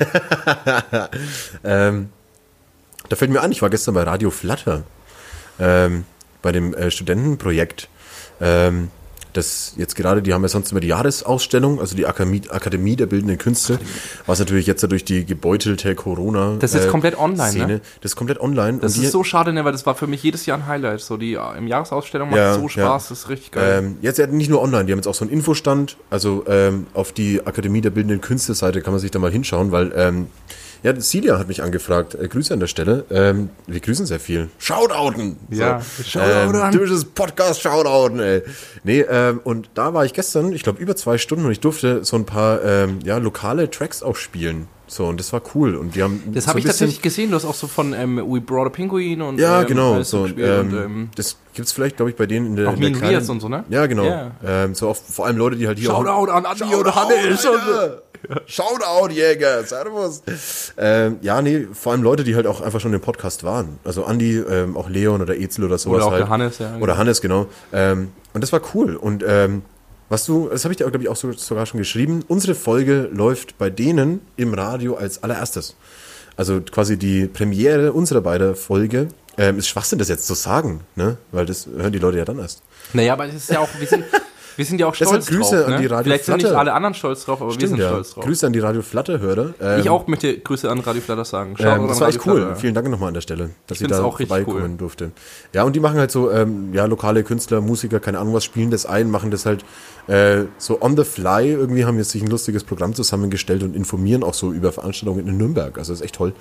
Da fällt mir an, ich war gestern bei Radio Flutter, bei dem Studentenprojekt. das jetzt gerade, die haben ja sonst immer die Jahresausstellung, also die Akademie der Bildenden Künste, was natürlich jetzt durch die gebeutelte Corona Das ist komplett online, Szene, ne? das ist komplett online. Das und ist so schade, ne, weil das war für mich jedes Jahr ein Highlight. So die im Jahresausstellung macht so Spaß, das ist richtig geil. Jetzt ja nicht nur online, die haben jetzt auch so einen Infostand, also auf die Akademie der Bildenden Künste Seite kann man sich da mal hinschauen, weil Celia hat mich angefragt, Grüße an der Stelle, wir grüßen sehr viel. Shoutouten! Ja, Shoutouten! Typisches Podcast-Shoutouten, ey. Nee, und da war ich gestern, ich glaube über 2 Stunden und ich durfte so ein paar lokale Tracks auch spielen. So, und das war cool. Und die haben Das so habe ich ein bisschen- tatsächlich gesehen, du hast auch so von We Brought a Penguin und Ja, genau. alles So, gespielt und, das gibt's vielleicht, glaube ich, bei denen in der auch in der Mean kleinen- Rears und so, ne? Ja, genau. Ja. So auch, vor allem Leute, die halt hier Shoutout an Andi Shoutout, und Hannes. Alter. Shoutout, Jäger, servus. Vor allem Leute, die halt auch einfach schon im Podcast waren. Also Andi, auch Leon oder Ezel oder sowas Oder auch halt. der Hannes, ja. Oder Hannes, genau. Und das war cool. Und das habe ich dir, glaube ich, auch sogar schon geschrieben, unsere Folge läuft bei denen im Radio als allererstes. Also quasi die Premiere unserer beiden Folge. Ist Schwachsinn, das jetzt zu sagen, ne? Weil das hören die Leute ja dann erst. Naja, aber das ist ja auch, wir sind ja auch stolz Deshalb Grüße drauf. an Ne? die Radio Vielleicht sind nicht Flatter. alle anderen stolz drauf, aber wir sind stolz drauf. Grüße an die Radio Flatter-Hörer. Ich auch möchte Grüße an Radio Flatter sagen. Das an war echt Radio cool. Flatter. Vielen Dank nochmal an der Stelle, dass ich find's da auch richtig vorbeikommen cool. durfte. Ja, und die machen halt so, lokale Künstler, Musiker, keine Ahnung was, spielen das ein, machen das halt so on the fly. Irgendwie haben jetzt sich ein lustiges Programm zusammengestellt und informieren auch so über Veranstaltungen in Nürnberg. Also das ist echt toll.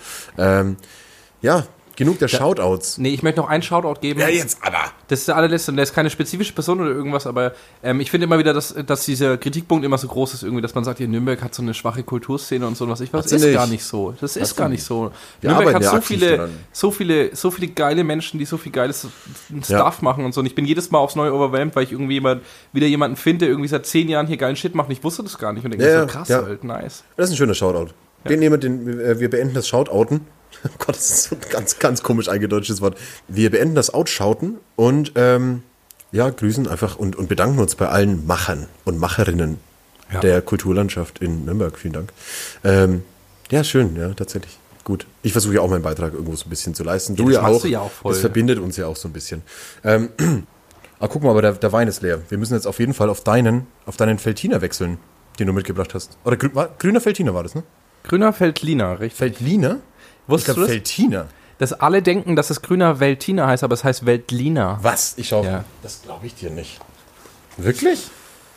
Genug der Shoutouts. Nee, ich möchte noch einen Shoutout geben. Ja, jetzt aber. Das ist der allerletzte und der ist keine spezifische Person oder irgendwas, aber ich finde immer wieder, dass dieser Kritikpunkt immer so groß ist, irgendwie, dass man sagt, ja, Nürnberg hat so eine schwache Kulturszene und so und was ich weiß. Hat Das sie ist nicht. gar nicht so. Das ist gar nicht so. Wir Nürnberg arbeiten hat ja so aktiv viele geile Menschen, die so viel geiles Stuff machen und so. Und ich bin jedes Mal aufs Neue overwhelmed, weil ich irgendwie wieder jemanden finde, der irgendwie seit 10 Jahren hier geilen Shit macht und ich wusste das gar nicht und denke Ja, so krass, ja. halt, nice. Das ist ein schöner Shoutout. Wir beenden das Shoutouten. Oh Gott, das ist so ein ganz, ganz komisch eingedeutschtes Wort. Wir beenden das Outshouten und grüßen einfach und bedanken uns bei allen Machern und Macherinnen der Kulturlandschaft in Nürnberg. Vielen Dank. Schön, ja, tatsächlich. Gut. Ich versuche ja auch meinen Beitrag irgendwo so ein bisschen zu leisten. Ja, das machst du ja auch voll. Das verbindet uns ja auch so ein bisschen. Guck mal, aber der Wein ist leer. Wir müssen jetzt auf jeden Fall auf deinen Veltliner wechseln, den du mitgebracht hast. Oder grüner Veltliner war das, ne? Grüner Veltliner, richtig. Veltliner? Wusstest du das? Veltliner. Dass alle denken, dass es grüner Veltliner heißt, aber es heißt Veltliner. Was? Ich schau. Ja. Das glaube ich dir nicht. Wirklich?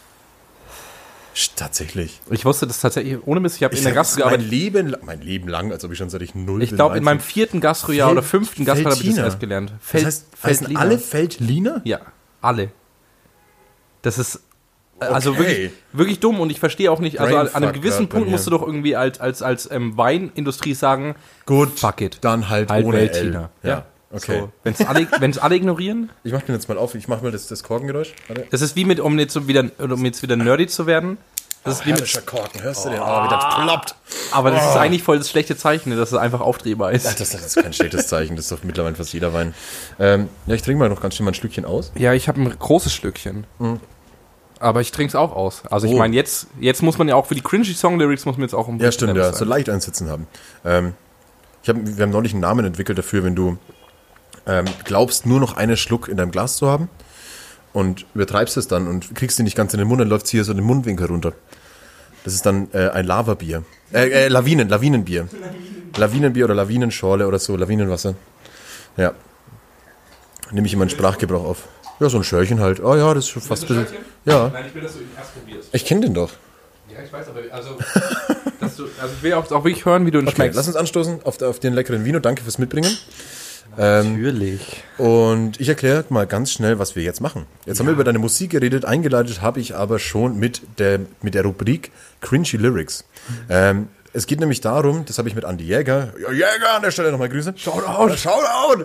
Tatsächlich. Ich wusste das tatsächlich, ohne Mist, ich habe in der Gastro gearbeitet. Mein Leben lang, als ob ich schon seit ich 0 bin. Ich glaube, in meinem 4. Gastrojahr oder 5. Gastrojahr habe ich das Veltliner. erst gelernt. Das heißt, heißen Veltliner. alle Veltliner? Ja, alle. Das ist also Okay. wirklich dumm und ich verstehe auch nicht, also an einem Brainfuck gewissen grad bei Punkt mir. musst du doch irgendwie als Weinindustrie sagen, Gut, fuck it. dann halt Halt ohne Veltliner. L. Ja, okay. So, wenn's alle ignorieren, Ich mach den jetzt mal auf. Ich mach mal das Korkengeräusch. Warte. das ist wie um jetzt wieder nerdy zu werden. Das ist wie mit, Herrlicher Korken. Hörst du den? Oh, wie das ploppt. aber das ist eigentlich voll das schlechte Zeichen, dass es einfach aufdrehbar ist. Das ist kein schlechtes Zeichen. Das ist doch mittlerweile fast jeder Wein. Ich trinke mal noch ganz schnell mal ein Schlückchen aus. Ja, ich habe ein großes Schlückchen. Aber ich trinke es auch aus. Also ich Oh. meine, jetzt muss man ja auch für die cringy Song-Lyrics muss man jetzt auch ein Ja, stimmt, ja. sein. So leicht einsitzen haben. Wir haben neulich einen Namen entwickelt dafür, wenn du glaubst, nur noch einen Schluck in deinem Glas zu haben und übertreibst es dann und kriegst ihn nicht ganz in den Mund, dann läuft es hier so den Mundwinkel runter. Das ist dann ein Lavabier. Lawinenbier. Lawinenbier oder Lawinenschorle oder so, Lawinenwasser. Ja. Nehme ich in meinen Sprachgebrauch auf. Ja, so ein Schörchen halt. Oh ja, das ist schon fast ein bisschen... Ja, Nein, ich will, dass du ihn erst probierst. ich kenne den doch. Ja, ich weiß, aber also ich will auch wirklich hören, wie du ihn Okay, schmeckst. lass uns anstoßen auf den leckeren Vino. Danke fürs Mitbringen. Natürlich. Und ich erkläre mal ganz schnell, was wir jetzt machen. Jetzt haben wir über deine Musik geredet, eingeleitet habe ich aber schon mit der Rubrik Cringy Lyrics. Es geht nämlich darum, das habe ich mit Andi Jäger. Ja, Jäger an der Stelle nochmal Grüße. Shoutout! Shoutout!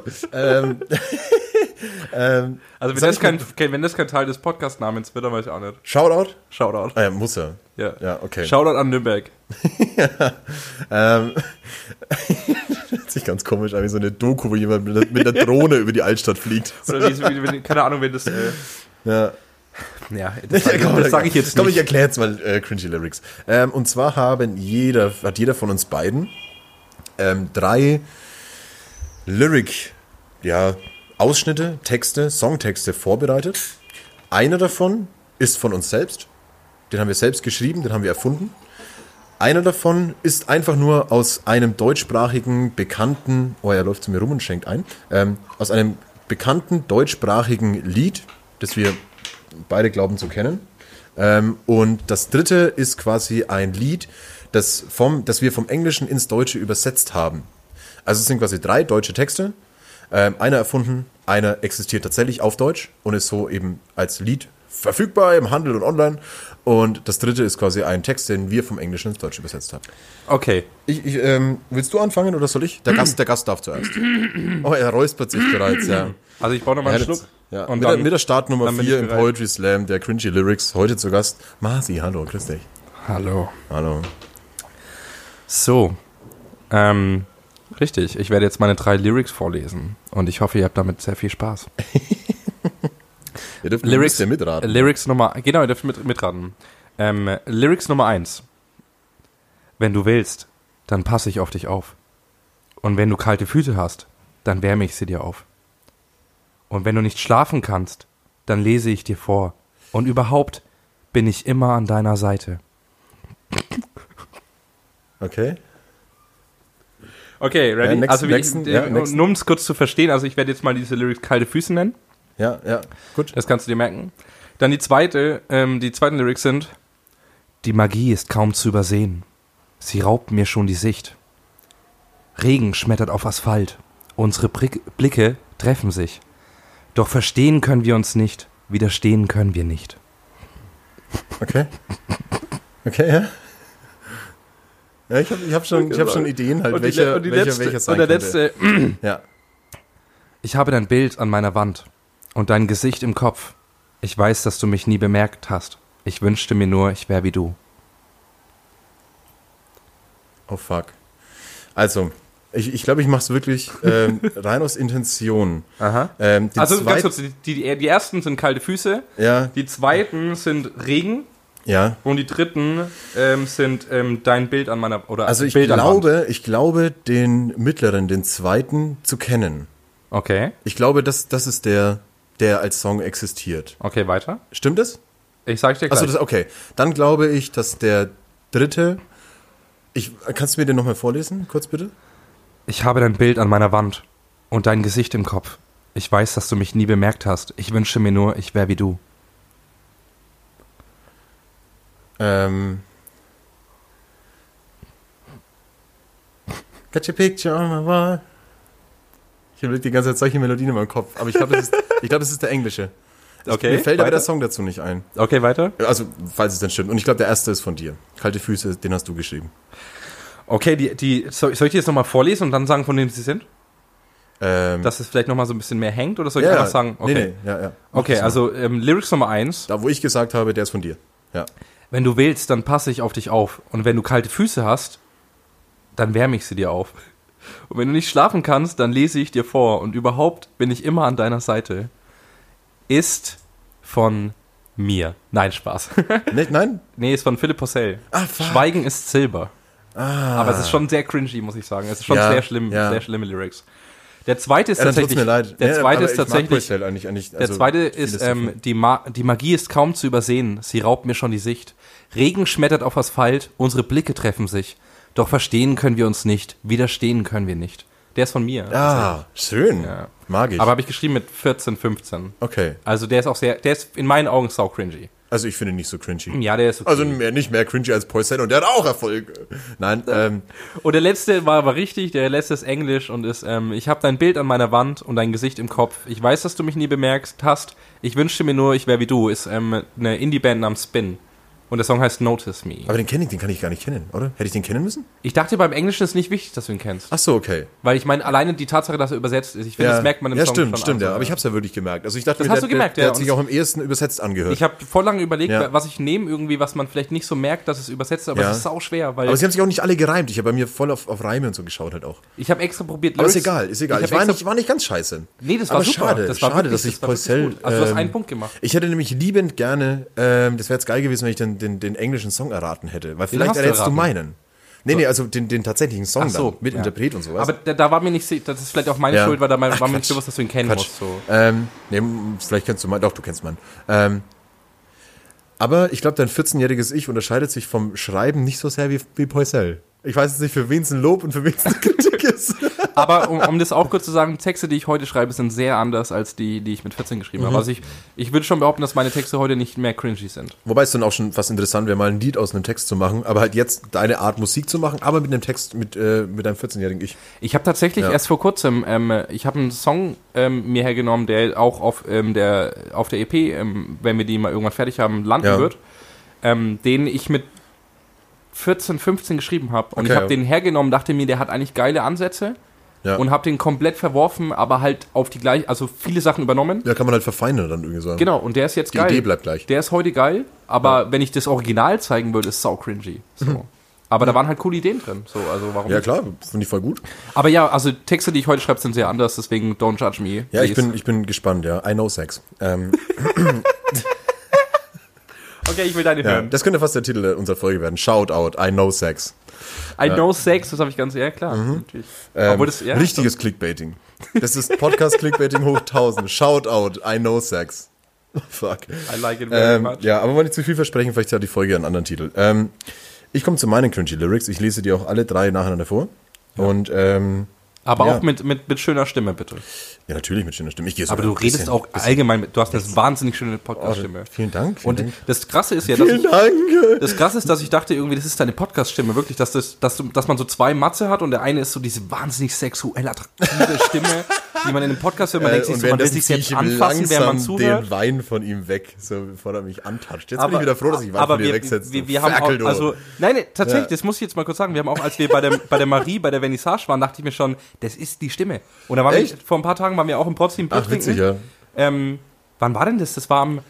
Also wenn das kein Teil des Podcast-Namens wird, dann weiß ich auch nicht. Shoutout? Shoutout. Ah ja, muss er. Ja. Ja, okay. Shoutout an Nürnberg. Hört sich ganz komisch an, wie so eine Doku, wo jemand mit einer Drohne über die Altstadt fliegt. Oder keine Ahnung, wenn das... Ja. Ja, das sage ich jetzt Komm, ich nicht. erkläre jetzt mal Cringy Lyrics. Und zwar hat jeder von uns beiden 3 Lyric, Ausschnitte, Texte, Songtexte vorbereitet. Einer davon ist von uns selbst. Den haben wir selbst geschrieben, den haben wir erfunden. Einer davon ist einfach nur aus einem deutschsprachigen, bekannten, er läuft zu mir rum und schenkt ein, aus einem bekannten deutschsprachigen Lied, das wir beide glauben zu kennen. Und das dritte ist quasi ein Lied, das wir vom Englischen ins Deutsche übersetzt haben. Also es sind quasi 3 deutsche Texte, einer erfunden, einer existiert tatsächlich auf Deutsch und ist so eben als Lied verfügbar im Handel und online. Und das dritte ist quasi ein Text, den wir vom Englischen ins Deutsche übersetzt haben. Okay. Willst du anfangen oder soll ich? Der Gast darf zuerst. Oh, er räuspert sich bereits, ja. Also ich brauche nochmal einen Schluck. Ja. Und Mit der Startnummer dann bin 4 ich im bereit. Poetry Slam, der Cringy Lyrics. Heute zu Gast Marci. Hallo, grüß dich. Hallo. Hallo. So, richtig. Ich werde jetzt meine 3 Lyrics vorlesen. Und ich hoffe, ihr habt damit sehr viel Spaß. Ihr dürft Lyrics, ja mitraten. Lyrics Nummer, genau, ihr dürft mitraten. Lyrics Nummer 1. Wenn du willst, dann passe ich auf dich auf. Und wenn du kalte Füße hast, dann wärme ich sie dir auf. Und wenn du nicht schlafen kannst, dann lese ich dir vor. Und überhaupt bin ich immer an deiner Seite. Okay. Okay, ready? Ja, also next. nur um es kurz zu verstehen, also ich werde jetzt mal diese Lyrics kalte Füße nennen. Ja, gut. Das kannst du dir merken. Dann die zweiten Lyrics sind: Die Magie ist kaum zu übersehen. Sie raubt mir schon die Sicht. Regen schmettert auf Asphalt. Unsere Blicke treffen sich. Doch verstehen können wir uns nicht. Widerstehen können wir nicht. Okay. Okay, ja. Ja, ich hab schon Ideen halt, welcher sein und der könnte. letzte. Ja. Ich habe dein Bild an meiner Wand und dein Gesicht im Kopf. Ich weiß, dass du mich nie bemerkt hast. Ich wünschte mir nur, ich wäre wie du. Oh fuck. Also, ich glaube, ich mache es wirklich rein aus Intention. Aha. Also ganz kurz, die ersten sind kalte Füße, Ja, die zweiten sind Regen ja. und die dritten sind dein Bild an meiner oder Also ich Bild an Wand. glaube, den mittleren, den zweiten zu kennen. Okay, Ich glaube, das ist der als Song existiert. okay, weiter. Stimmt das? Ich sag dir gleich. Achso, okay. Dann glaube ich, dass der dritte. Kannst du mir den nochmal vorlesen, kurz bitte? Ich habe dein Bild an meiner Wand und dein Gesicht im Kopf. Ich weiß, dass du mich nie bemerkt hast. Ich wünsche mir nur, ich wäre wie du. Got your picture on my wall. Ich habe die ganze Zeit solche Melodien in meinem Kopf, aber ich glaube, das ist der englische. Okay, Mir fällt aber weiter? der Song dazu nicht ein. Okay, weiter. Also, falls es denn stimmt. Und ich glaube, der erste ist von dir. Kalte Füße, den hast du geschrieben. Okay, soll ich die jetzt nochmal vorlesen und dann sagen, von wem sie sind? Dass es vielleicht nochmal so ein bisschen mehr hängt oder soll ich einfach sagen? Okay, Nee, ja. Mach okay, das mal. also Lyrics Nummer 1. Da, wo ich gesagt habe, der ist von dir. Ja. Wenn du willst, dann passe ich auf dich auf. Und wenn du kalte Füße hast, dann wärme ich sie dir auf. Und wenn du nicht schlafen kannst, dann lese ich dir vor. Und überhaupt bin ich immer an deiner Seite. Ist von mir. Nein, Spaß. Nicht, nein? Nee, ist von Philipp Possell. Ah, fuck. Schweigen ist Silber. Aber es ist schon sehr cringy, muss ich sagen. Es ist schon Ja, sehr schlimm, ja. sehr schlimme Lyrics. Der zweite ist Ja, dann tut's tatsächlich. mir leid. Der Ja, zweite aber ist ich mag tatsächlich. Poesel eigentlich, Der zweite ist, die Magie ist kaum zu übersehen. Sie raubt mir schon die Sicht. Regen schmettert auf Asphalt. Unsere Blicke treffen sich. Doch verstehen können wir uns nicht. Widerstehen können wir nicht. Der ist von mir. Ah, schön. Ja. Mag ich. Aber habe ich geschrieben mit 14, 15. Okay. Also der ist in meinen Augen sau cringy. Also ich finde ihn nicht so cringy. Ja, der ist okay. Also nicht mehr cringy als Poisson und der hat auch Erfolg. Nein, Und der letzte war aber richtig, der letzte ist Englisch und ist, ich habe dein Bild an meiner Wand und dein Gesicht im Kopf. Ich weiß, dass du mich nie bemerkt hast. Ich wünschte mir nur, ich wäre wie du. Ist eine Indie-Band namens Spin. Und der Song heißt Notice Me. aber den kann ich gar nicht kennen, oder? Hätte ich den kennen müssen? Ich dachte, beim Englischen ist nicht wichtig, dass du ihn kennst. Ach so, okay. Weil ich meine, alleine die Tatsache, dass er übersetzt ist, ich finde, das merkt man im Song stimmt, schon stimmt, an. ja. Aber ich habe es ja wirklich gemerkt. Also ich dachte, Das hast du gemerkt, der ja. hat sich auch im ersten übersetzt angehört. Ich habe voll lange überlegt, Ja. was ich nehme irgendwie, was man vielleicht nicht so merkt, dass es übersetzt ist, aber Ja. es ist sau schwer, weil aber sie haben sich auch nicht alle gereimt. Ich habe bei mir voll auf Reime und so geschaut halt auch. ich habe extra probiert, Aber ist Lyrics- egal, ist egal. Ich war nicht ganz scheiße. Nee, das war aber super. schade, Das war schade, wirklich- dass ich das war wirklich Poisson, gut. Also du hast einen Punkt gemacht. Ich hätte nämlich liebend gerne, das wäre jetzt geil gewesen, wenn ich den englischen Song erraten hätte. Weil vielleicht hast du errätst du erraten? meinen. Nee, also den tatsächlichen Song Ach so, dann, mit ja. Interpret und sowas. Aber da war mir nicht, das ist vielleicht auch meine Ja. Schuld, weil da war mir Quatsch. nicht bewusst, dass du ihn kennen Quatsch. musst. So. Nee, vielleicht kennst du meinen, doch, du kennst meinen. Aber ich glaube, dein 14-jähriges Ich unterscheidet sich vom Schreiben nicht so sehr wie Poisel. Ich weiß jetzt nicht, für wen es ein Lob und für wen es eine Kritik ist. Aber um das auch kurz zu sagen, Texte, die ich heute schreibe, sind sehr anders als die ich mit 14 geschrieben habe. Also ich würde schon behaupten, dass meine Texte heute nicht mehr cringy sind. Wobei es dann auch schon fast interessant wäre, mal ein Lied aus einem Text zu machen, aber halt jetzt deine Art Musik zu machen, aber mit einem Text mit deinem 14-jährigen Ich. Ich habe tatsächlich erst vor kurzem, ich habe einen Song mir hergenommen, der auch auf der EP, wenn wir die mal irgendwann fertig haben, landen wird, den ich mit 14, 15 geschrieben habe. Und ich habe den hergenommen, dachte mir, der hat eigentlich geile Ansätze und habe den komplett verworfen, aber halt auf die gleiche, also viele Sachen übernommen. Ja, kann man halt verfeinern dann irgendwie sagen. Genau, und der ist jetzt geil. Die Idee bleibt gleich. Der ist heute geil, aber wenn ich das Original zeigen würde, ist es sau cringy. So. Aber da waren halt coole Ideen drin. So, also warum Ja nicht? klar, finde ich voll gut. Aber ja, also Texte, die ich heute schreibe, sind sehr anders, deswegen don't judge me. Ja, ich bin gespannt, ja. I know sex. Okay, ich will deine hören. Das könnte fast der Titel unserer Folge werden. Shout out, I know sex. I know sex, das habe ich ganz, klar. Natürlich. Obwohl das, richtiges Clickbaiting. Das ist Podcast-Clickbaiting hoch 1000. Shout out, I know sex. Fuck. I like it very much. Ja, aber wollte nicht zu viel versprechen, vielleicht hat die Folge einen anderen Titel. Ich komme zu meinen cringy Lyrics. Ich lese die auch alle 3 nacheinander vor. Ja. Und aber auch mit schöner Stimme, bitte. Ja, natürlich mit schöner Stimme. Aber du redest auch allgemein, du hast eine wahnsinnig schöne Podcast-Stimme. Vielen Dank. Und das Krasse ist ja, das Krasse ist, dass ich dachte irgendwie, das ist deine Podcast-Stimme, wirklich, dass man so 2 Matze hat und der eine ist so diese wahnsinnig sexuell attraktive Stimme, die man in einem Podcast hört, man denkt sich so, man will sich selbst anfassen, während man zuhört. Den Wein von ihm weg, so bevor er mich antatscht. Jetzt bin ich wieder froh, dass ich Wein von dir wegsetze. Wir haben auch, also, nein, tatsächlich, das muss ich jetzt mal kurz sagen, wir haben auch, als wir bei der Marie, bei der Vernissage waren, dachte ich mir schon, das ist die Stimme. Und da waren wir, vor ein paar Tagen waren wir auch im Potsdam Bier trinken. Witzig, ja. Wann war denn das? Das war am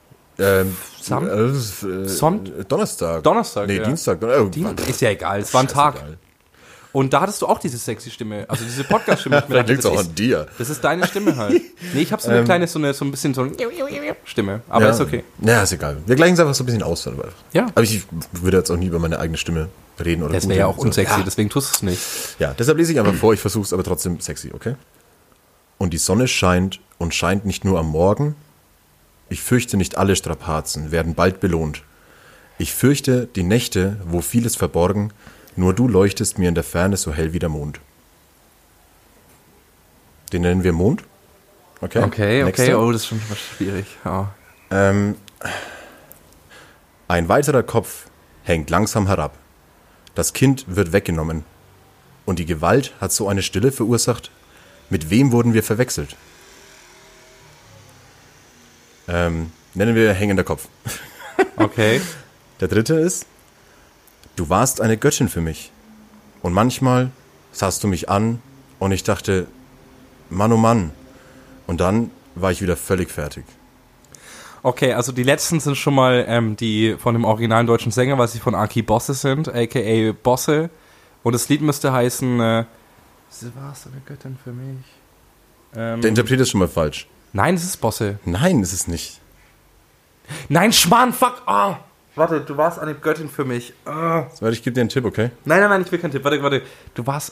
Donnerstag. Donnerstag, Nee, ja. Dienstag. Ist ja egal, es war ein Tag. Egal. Und da hattest du auch diese sexy Stimme, also diese Podcast-Stimme. Vielleicht liegt es auch an dir. Das ist deine Stimme halt. Nee, ich habe so eine kleine, so ein bisschen so eine Stimme, aber ist okay. Ja, ist egal. Wir gleichen es einfach so ein bisschen aus. Ja. Aber ich würde jetzt auch nie über meine eigene Stimme reden. Oder das wäre ja auch unsexy, deswegen tust du es nicht. Ja, deshalb lese ich einfach vor, ich versuche es aber trotzdem sexy, okay? Und die Sonne scheint und scheint nicht nur am Morgen. Ich fürchte, nicht alle Strapazen werden bald belohnt. Ich fürchte die Nächte, wo vieles verborgen, nur du leuchtest mir in der Ferne so hell wie der Mond. Den nennen wir Mond. Okay, oh, das ist schon schwierig. Oh. Ein weiterer Kopf hängt langsam herab. Das Kind wird weggenommen. Und die Gewalt hat so eine Stille verursacht. Mit wem wurden wir verwechselt? Nennen wir hängender Kopf. Okay. Der 3. ist: Du warst eine Göttin für mich. Und manchmal sahst du mich an und ich dachte, Mann, oh Mann. Und dann war ich wieder völlig fertig. Okay, also die letzten sind schon mal die von dem originalen deutschen Sänger, weil sie von Aki Bosse sind, a.k.a. Bosse. Und das Lied müsste heißen, Sie warst eine Göttin für mich. Der Interpret ist schon mal falsch. Nein, es ist Bosse. Nein, ist es nicht. Nein, Schmarrn, fuck, Warte, du warst eine Göttin für mich. Warte, ich gebe dir einen Tipp, okay? Nein, ich will keinen Tipp. Warte. Du warst...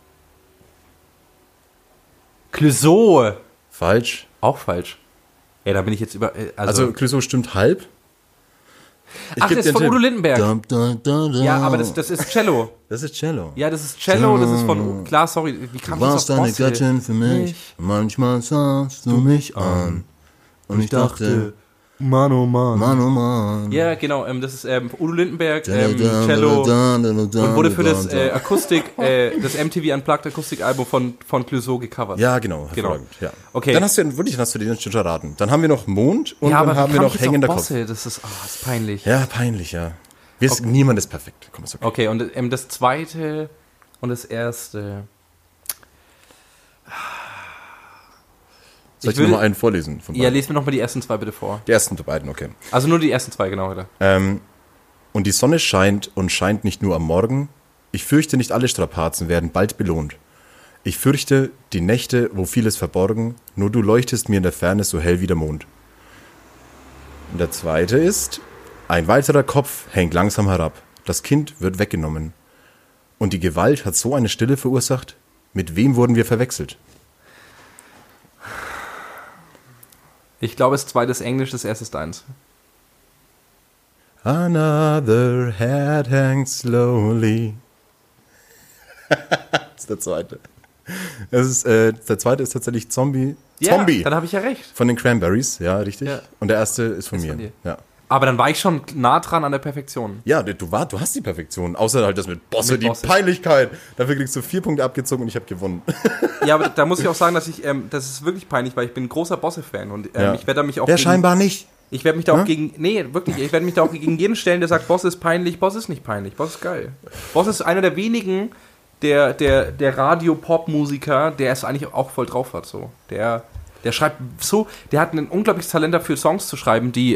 Clouseau. Falsch. Auch falsch. Ja, da bin ich jetzt über... Also Clouseau stimmt halb. Ach, das ist von Udo Lindenberg. Ja, aber das ist Cello. Das ist Cello. Ja, das ist Cello, das ist von... Klar, sorry, wie kam das auf Bosse? Du warst eine Göttin für mich, manchmal sahst du mich an. Und ich dachte... Mann, oh Mann. Mann, oh Mann. Ja, genau, das ist Udo Lindenberg, Cello, und wurde für das das MTV Unplugged Akustikalbum von Clouseau gecovert. Ja, genau, hervorragend. Ja. Okay. Dann hast du den schon erraten. Dann haben wir noch Mond und dann haben wir noch hängender Kopf. Das ist peinlich. Ja, peinlich, ja. Niemand ist perfekt. Komm, ist okay, und das zweite und das erste... Soll ich dir nochmal einen vorlesen? Ja, lese mir nochmal die ersten 2 bitte vor. Die ersten beiden, okay. Also nur die ersten 2, genau, bitte. Und die Sonne scheint und scheint nicht nur am Morgen. Ich fürchte, nicht alle Strapazen werden bald belohnt. Ich fürchte die Nächte, wo vieles verborgen, nur du leuchtest mir in der Ferne so hell wie der Mond. Und der zweite ist: Ein weiterer Kopf hängt langsam herab. Das Kind wird weggenommen. Und die Gewalt hat so eine Stille verursacht. Mit wem wurden wir verwechselt? Ich glaube, das zweite ist Englisch, das erste ist deins. Another head hangs slowly. Das ist der zweite. Der zweite ist tatsächlich Zombie. Ja, Zombie. dann habe ich ja recht. Von den Cranberries, ja, richtig. Ja. Und der erste ist von Ist mir. von dir. Ja. Aber dann war ich schon nah dran an der Perfektion. Ja, du hast die Perfektion. Außer halt das mit Bosse, Mit die Bosse. Peinlichkeit. Dafür kriegst du 4 Punkte abgezogen und ich habe gewonnen. Ja, aber da muss ich auch sagen, dass das ist wirklich peinlich, weil ich bin ein großer Bosse-Fan und Ja. ich werde mich auch Der scheinbar nicht. ich werde mich da auch Hä? gegen, nee, wirklich, ich werde mich da auch gegen jeden stellen, der sagt, Boss ist peinlich, Boss ist nicht peinlich, Boss ist geil. Boss ist einer der wenigen, der Radio-Pop-Musiker, der es eigentlich auch voll drauf hat, so. Der schreibt so, der hat ein unglaubliches Talent dafür, Songs zu schreiben, die,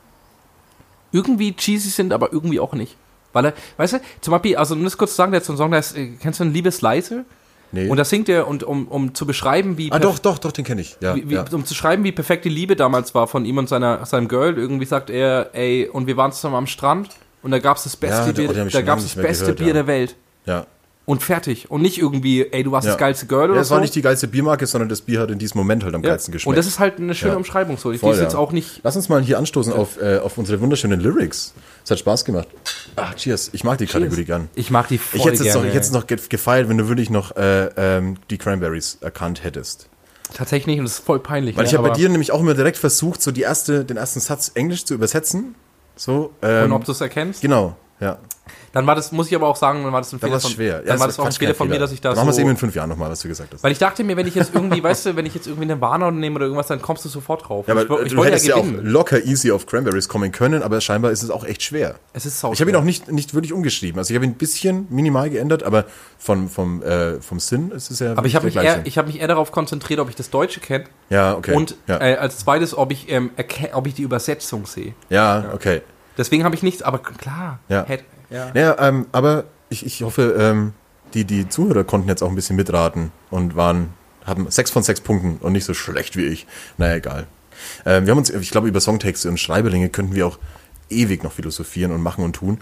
irgendwie cheesy sind, aber irgendwie auch nicht. Weil er, weißt du, zum Beispiel, also um das kurz zu sagen, der hat so einen Song, der ist, kennst du einen Liebes leise? Nee. Und da singt er, und um zu beschreiben, wie doch, den kenne ich. Ja, ja. um zu schreiben, wie perfekt die Liebe damals war von ihm und seinem Girl, irgendwie sagt er, ey, und wir waren zusammen am Strand und da gab's das beste den Bier, hab ich da schon gab's lange das nicht mehr beste gehört, Bier ja. der Welt. Ja. Und fertig. Und nicht irgendwie, ey, du warst das geilste Girl oder Das so. war nicht die geilste Biermarke, sondern das Bier hat in diesem Moment halt am geilsten geschmeckt. Und das ist halt eine schöne Ja. Umschreibung so. Die Voll, ist jetzt ja. auch nicht. Lass uns mal hier anstoßen auf unsere wunderschönen Lyrics. Es hat Spaß gemacht. Ach, cheers. Ich mag die Kategorie gern. Ich mag die voll Ich hätte gerne. es noch gefeiert, wenn du wirklich noch die Cranberries erkannt hättest. Tatsächlich, und das ist voll peinlich. Weil ne, ich habe bei aber- dir nämlich auch immer direkt versucht, so den ersten Satz Englisch zu übersetzen. So, Und ob du es erkennst? genau, ja. Dann war das, muss ich aber auch sagen, dann war das ein Dann Fehler war es von schwer. Dann war das auch ein Fehler von mir, dass ich da Dann machen wir es eben so. in 5 Jahren nochmal, was du gesagt hast. Weil ich dachte mir, wenn ich jetzt irgendwie, weißt du, wenn ich jetzt irgendwie eine Warner nehme oder irgendwas, dann kommst du sofort drauf. Ja, aber ich du wollte hättest ja auch gewinnen. locker easy auf Cranberries kommen können, aber scheinbar ist es auch echt schwer. Es ist sau Ich habe ihn schwer. auch nicht wirklich umgeschrieben. Also ich habe ihn ein bisschen minimal geändert, aber vom Sinn ist es ja Aber ich habe der mich, gleiche. mich eher darauf konzentriert, ob ich das Deutsche kenne. Ja, okay. Und ja. als zweites, ob ich die Übersetzung sehe. Ja, okay. Deswegen habe ich nichts, aber klar. Ja. Ja. Naja, aber ich hoffe, die Zuhörer konnten jetzt auch ein bisschen mitraten und haben 6 von 6 Punkten und nicht so schlecht wie ich. Naja, egal. Wir haben uns, ich glaube, über Songtexte und Schreiberlinge könnten wir auch ewig noch philosophieren und machen und tun.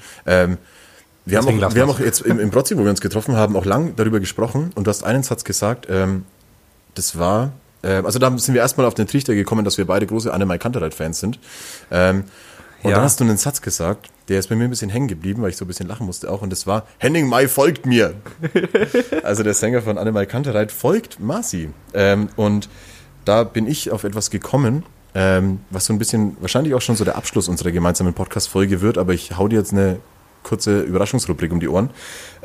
Wir haben auch jetzt im Brozzi, wo wir uns getroffen haben, auch lang darüber gesprochen und du hast einen Satz gesagt, das war, also da sind wir erstmal auf den Trichter gekommen, dass wir beide große Annemai Kantereit-Fans sind. Und Ja. dann hast du einen Satz gesagt, der ist bei mir ein bisschen hängen geblieben, weil ich so ein bisschen lachen musste auch. Und das war, Henning Mai folgt mir. Also der Sänger von Annemai Kantereit folgt Marci. Und da bin ich auf etwas gekommen, was so ein bisschen, wahrscheinlich auch schon so der Abschluss unserer gemeinsamen Podcast-Folge wird, aber ich hau dir jetzt eine kurze Überraschungsrubrik um die Ohren.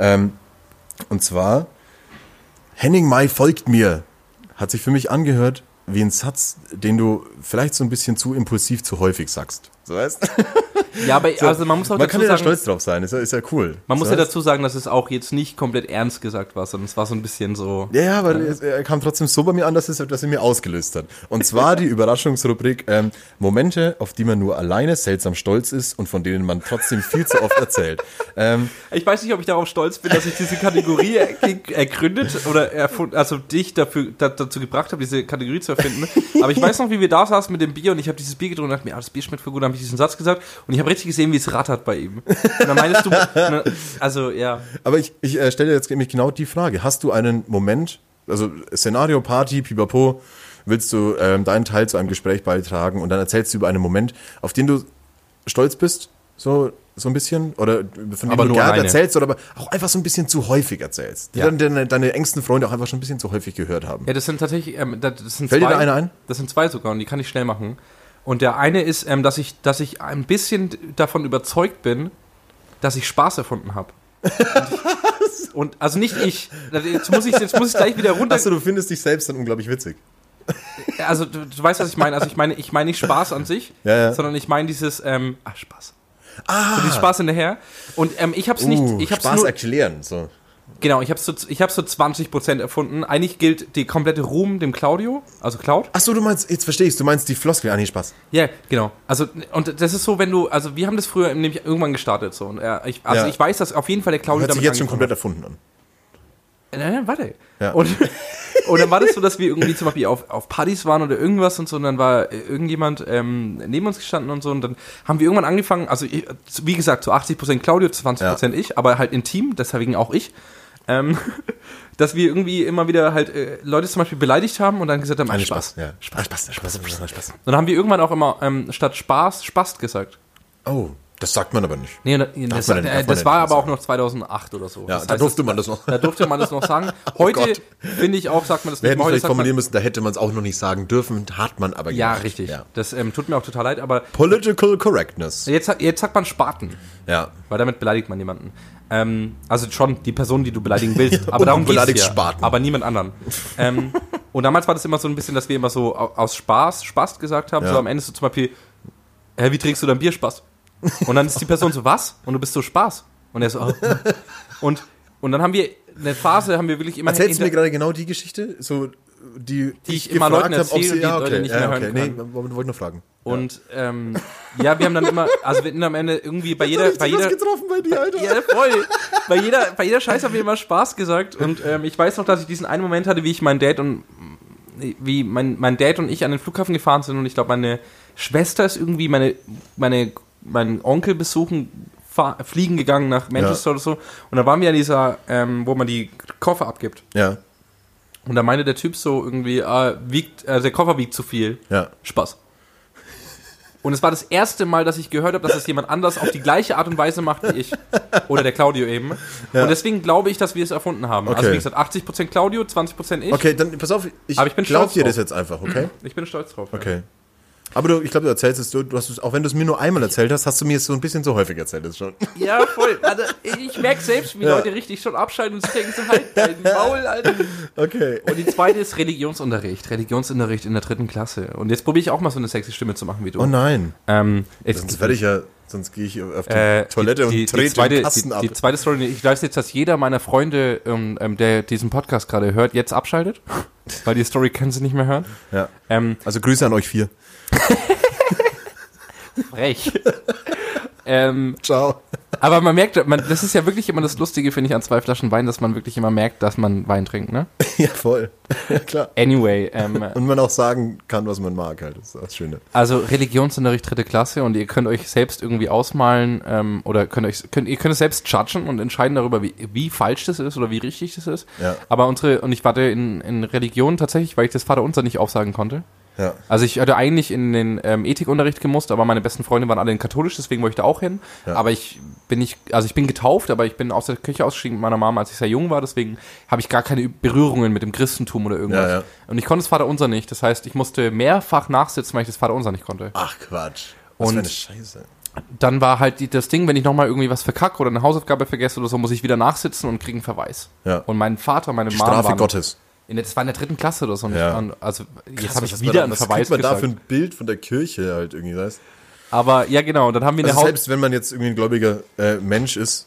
Und zwar, Henning Mai folgt mir, hat sich für mich angehört wie ein Satz, den du vielleicht so ein bisschen zu impulsiv, zu häufig sagst. So weißt? Ja, aber also man muss auch Man kann dazu ja da sagen, stolz drauf sein, ist ja cool. man muss so ja weißt? dazu sagen, dass es auch jetzt nicht komplett ernst gesagt war, sondern es war so ein bisschen so. Ja, aber er kam trotzdem so bei mir an, dass er mir ausgelöst hat. Und zwar die Überraschungsrubrik Momente, auf die man nur alleine seltsam stolz ist und von denen man trotzdem viel zu oft erzählt. Ich weiß nicht, ob ich darauf stolz bin, dass ich diese Kategorie ergründet oder also dich dazu gebracht habe, diese Kategorie zu erfinden. Aber ich weiß noch, wie wir da saßen mit dem Bier und ich habe dieses Bier getrunken und dachte mir, das Bier schmeckt voll gut, dann habe ich diesen Satz gesagt und ich habe richtig gesehen, wie es rattert bei ihm. Und dann meinst du, also ja. Aber ich stelle jetzt nämlich genau die Frage. Hast du einen Moment, also Szenario, Party, pipapo, willst du deinen Teil zu einem Gespräch beitragen und dann erzählst du über einen Moment, auf den du stolz bist, so ein bisschen, oder von dem Aber du nur gerne alleine. erzählst, oder aber auch einfach so ein bisschen zu häufig erzählst, die Ja. dann deine engsten Freunde auch einfach schon ein bisschen zu häufig gehört haben. Ja, das sind tatsächlich, das sind Fällt zwei. dir da einer ein? Das sind zwei sogar und die kann ich schnell machen. Und der eine ist, dass ich ein bisschen davon überzeugt bin, dass ich Spaß erfunden habe. Und also nicht ich. Jetzt muss ich gleich wieder runter. Achso, du findest dich selbst dann unglaublich witzig. Also du weißt, was ich meine. Also ich meine nicht Spaß an sich, Ja. sondern ich meine dieses Spaß. So dieses Spaß hinterher. Und ich hab's nicht. Ich hab's Spaß nur, erklären. So. genau, ich hab's so 20% erfunden. Eigentlich gilt die komplette Ruhm dem Claudio, also Cloud. Achso, du meinst, jetzt verstehe ich, du meinst die Floskel, nee, Spaß. Ja, genau. Also, und das ist so, wenn du, also wir haben das früher nämlich irgendwann gestartet so. Und ich weiß, dass auf jeden Fall der Claudio Hört sich jetzt schon angefangen komplett erfunden an. Nein, warte. Ja. Und dann war das so, dass wir irgendwie zum Beispiel auf Partys waren oder irgendwas und so und dann war irgendjemand neben uns gestanden und so und dann haben wir irgendwann angefangen, also wie gesagt, zu 80% Claudio, zu 20% ich, aber halt intim, deswegen auch ich, dass wir irgendwie immer wieder halt Leute zum Beispiel beleidigt haben und dann gesagt haben, Spaß. Ja. Spaß. Und dann haben wir irgendwann auch immer statt Spaß, Spast gesagt. Oh, Das sagt man aber nicht. Nee, Darf das man denn- darf man das denn war nicht aber auch sagen. noch 2008 oder so. Ja, Das da heißt, durfte man das noch. Da durfte man das noch sagen. Heute, Gott. finde ich auch, sagt man das Wir nicht hätten mehr. Heute vielleicht sagt man, formulieren müssen, da hätte man es auch noch nicht sagen dürfen, hat man aber ja, gemacht. richtig. Ja. Das tut mir auch total leid, aber Political Correctness. jetzt sagt man Spaten, Ja. weil damit beleidigt man niemanden. Also schon die Person, die du beleidigen willst, aber darum du geht's beleidigst ja, Spaten. aber niemand anderen. Und damals war das immer so ein bisschen, dass wir immer so aus Spaß gesagt haben, Ja. so am Ende so zum Beispiel, hä, wie trinkst du dein Bier, Spaß? Und dann ist die Person so, was? Und du bist so, Spaß. Und er so, oh. Und dann haben wir, eine Phase haben wir wirklich immer... Erzählst du mir gerade genau die Geschichte? So, die ich immer Leuten gefragt habe, ob erzähle sie... und die Leute nicht mehr hören Nee, können. wollte nur fragen. Und ja, wir haben dann immer, also wir hatten am Ende irgendwie bei jeder getroffen bei dir, Alter. ja, voll. Bei jeder Scheiße haben wir immer Spaß gesagt. Und ich weiß noch, dass ich diesen einen Moment hatte, wie mein Dad und ich an den Flughafen gefahren sind und ich glaube, meine Schwester ist irgendwie meinen Onkel besuchen, fliegen gegangen nach Manchester oder so. Und da waren wir an dieser, wo man die Koffer abgibt. Ja, Und da meinte der Typ so irgendwie, der Koffer wiegt zu viel. ja. Spaß. Und es war das erste Mal, dass ich gehört habe, dass das jemand anders auf die gleiche Art und Weise macht wie ich. Oder der Claudio eben. Ja. Und deswegen glaube ich, dass wir es erfunden haben. Also Okay. wie gesagt, 80% Claudio, 20% ich. Okay, dann pass auf, Aber ich bin glaub stolz dir drauf. das jetzt einfach, okay? Ich bin stolz drauf. Ja. Okay. Aber ich glaube, du erzählst es, du hast es, auch wenn du es mir nur einmal erzählt hast, hast du mir es so ein bisschen so häufig erzählt jetzt schon. Ja, voll. Also, ich merke selbst, wie Ja. Leute richtig schon abschalten und sich denken so, halt dein Maul, Alter. Okay. Und die zweite ist Religionsunterricht. Religionsunterricht in der 3. Klasse. Und jetzt probiere ich auch mal so eine sexy Stimme zu machen wie du. Oh nein. Jetzt Sonst gehe ich auf die Toilette und trete den Kasten ab. Die zweite Story, ich weiß jetzt, dass jeder meiner Freunde, der diesen Podcast gerade hört, jetzt abschaltet, weil die Story können sie nicht mehr hören. Ja. Also Grüße an euch 4. Frech. Ciao. Aber man merkt, das ist ja wirklich immer das Lustige, finde ich, an 2 Flaschen Wein, dass man wirklich immer merkt, dass man Wein trinkt, ne? Ja, voll. Ja, klar. Anyway, Und man auch sagen kann, was man mag halt. Das ist das Schöne. also Religionsunterricht 3. Klasse und ihr könnt euch selbst irgendwie ausmalen oder ihr könnt es selbst judgen und entscheiden darüber, wie falsch das ist oder wie richtig das ist. Ja. Aber ich warte in Religion tatsächlich, weil ich das Vaterunser nicht aufsagen konnte. Ja. Also ich hatte eigentlich in den Ethikunterricht gemusst, aber meine besten Freunde waren alle in katholisch, deswegen wollte ich da auch hin. Ja. Aber ich bin getauft, aber ich bin aus der Kirche ausgestiegen mit meiner Mama, als ich sehr jung war, deswegen habe ich gar keine Berührungen mit dem Christentum oder irgendwas. Ja, ja. Und ich konnte das Vaterunser nicht, das heißt, ich musste mehrfach nachsitzen, weil ich das Vaterunser nicht konnte. Ach Quatsch. Was Und- für eine Scheiße. Dann war halt das Ding, wenn ich nochmal irgendwie was verkacke oder eine Hausaufgabe vergesse oder so, muss ich wieder nachsitzen und kriege einen Verweis. Ja. Und mein Vater, meine Mama Strafe waren, Gottes. Das war in der 3. Klasse oder so. Ja. Also jetzt Krass, habe ich was wieder einen was Verweis kriegt man da gesagt. für ein Bild von der Kirche halt irgendwie, weißt? Aber ja, genau. Und dann haben wir Also eine selbst wenn man jetzt irgendwie ein gläubiger Mensch ist,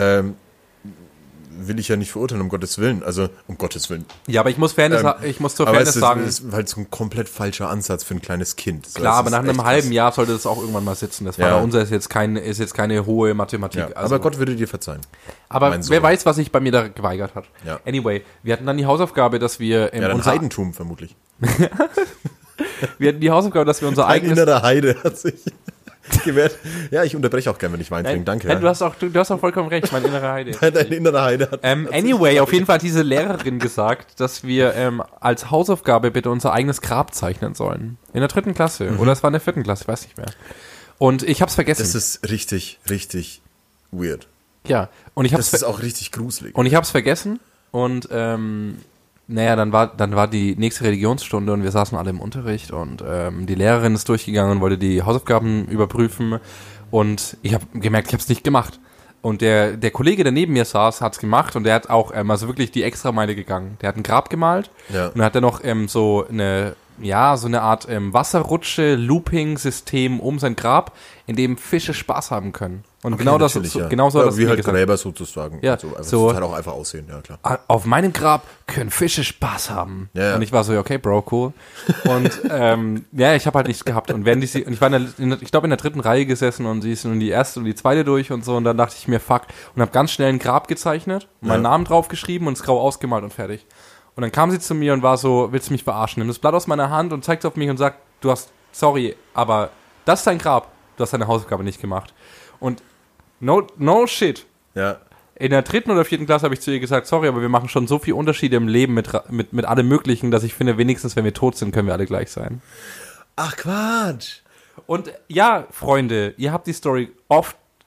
will ich ja nicht verurteilen, um Gottes Willen. Also, um Gottes Willen. Ja, aber ich muss zur Aber Fairness es sagen, ist halt so ein komplett falscher Ansatz für ein kleines Kind. So, klar, das aber ist nach einem echt halben krass. Jahr sollte das auch irgendwann mal sitzen. Das Ja. Vaterunser ist jetzt keine hohe Mathematik. Ja, Also, aber Gott würde dir verzeihen. aber mein Sohn. wer weiß, was sich bei mir da geweigert hat. Ja. Anyway, wir hatten dann die Hausaufgabe, dass wir Ja, dann Heidentum vermutlich. wir hatten die Hausaufgabe, dass wir unser Ein eigenes innerer Heide hat sich gewährt. Ja, ich unterbreche auch gerne, wenn ich Wein trinke. Danke. Nein, du hast auch vollkommen recht, mein innerer Heide. Dein innerer Heide hat Anyway, auf jeden Fall hat diese Lehrerin gesagt, dass wir als Hausaufgabe bitte unser eigenes Grab zeichnen sollen. In der 3. Klasse. Oder es war in der 4. Klasse, ich weiß nicht mehr. Und ich hab's vergessen. Das ist richtig, richtig weird. Ja. Und ich hab's Das ist auch richtig gruselig. Und ich habe es vergessen und dann war die nächste Religionsstunde und wir saßen alle im Unterricht und die Lehrerin ist durchgegangen und wollte die Hausaufgaben überprüfen und ich habe gemerkt, ich habe es nicht gemacht. Und der Kollege, der neben mir saß, hat es gemacht und der hat auch also wirklich die Extrameile gegangen. Der hat ein Grab gemalt Ja. und dann hat er noch so eine Art Wasserrutsche-Looping-System um sein Grab, in dem Fische Spaß haben können. Und Okay, genau das natürlich, ja. genau so hat Ja, das wie mir halt gesagt. Gräber sozusagen. Ja, Also, so- das halt auch einfach aussehen, ja klar. Auf meinem Grab können Fische Spaß haben. Ja, ja. Und ich war so, okay, Bro, cool. Und ich habe halt nichts gehabt. Und während ich war ich glaube in der 3. Reihe gesessen und sie ist nun die erste und die zweite durch und so. Und dann dachte ich mir, fuck. Und habe ganz schnell ein Grab gezeichnet, meinen Namen draufgeschrieben und es grau ausgemalt und fertig. Und dann kam sie zu mir und war so, willst du mich verarschen? Nimm das Blatt aus meiner Hand und zeigt auf mich und sagt, sorry, aber das ist dein Grab. Du hast deine Hausaufgabe nicht gemacht. Und no shit. Ja. In der 3. oder 4. Klasse habe ich zu ihr gesagt, sorry, aber wir machen schon so viele Unterschiede im Leben mit allem Möglichen, dass ich finde, wenigstens wenn wir tot sind, können wir alle gleich sein. Ach Quatsch. Und ja, Freunde, ihr habt die Story oft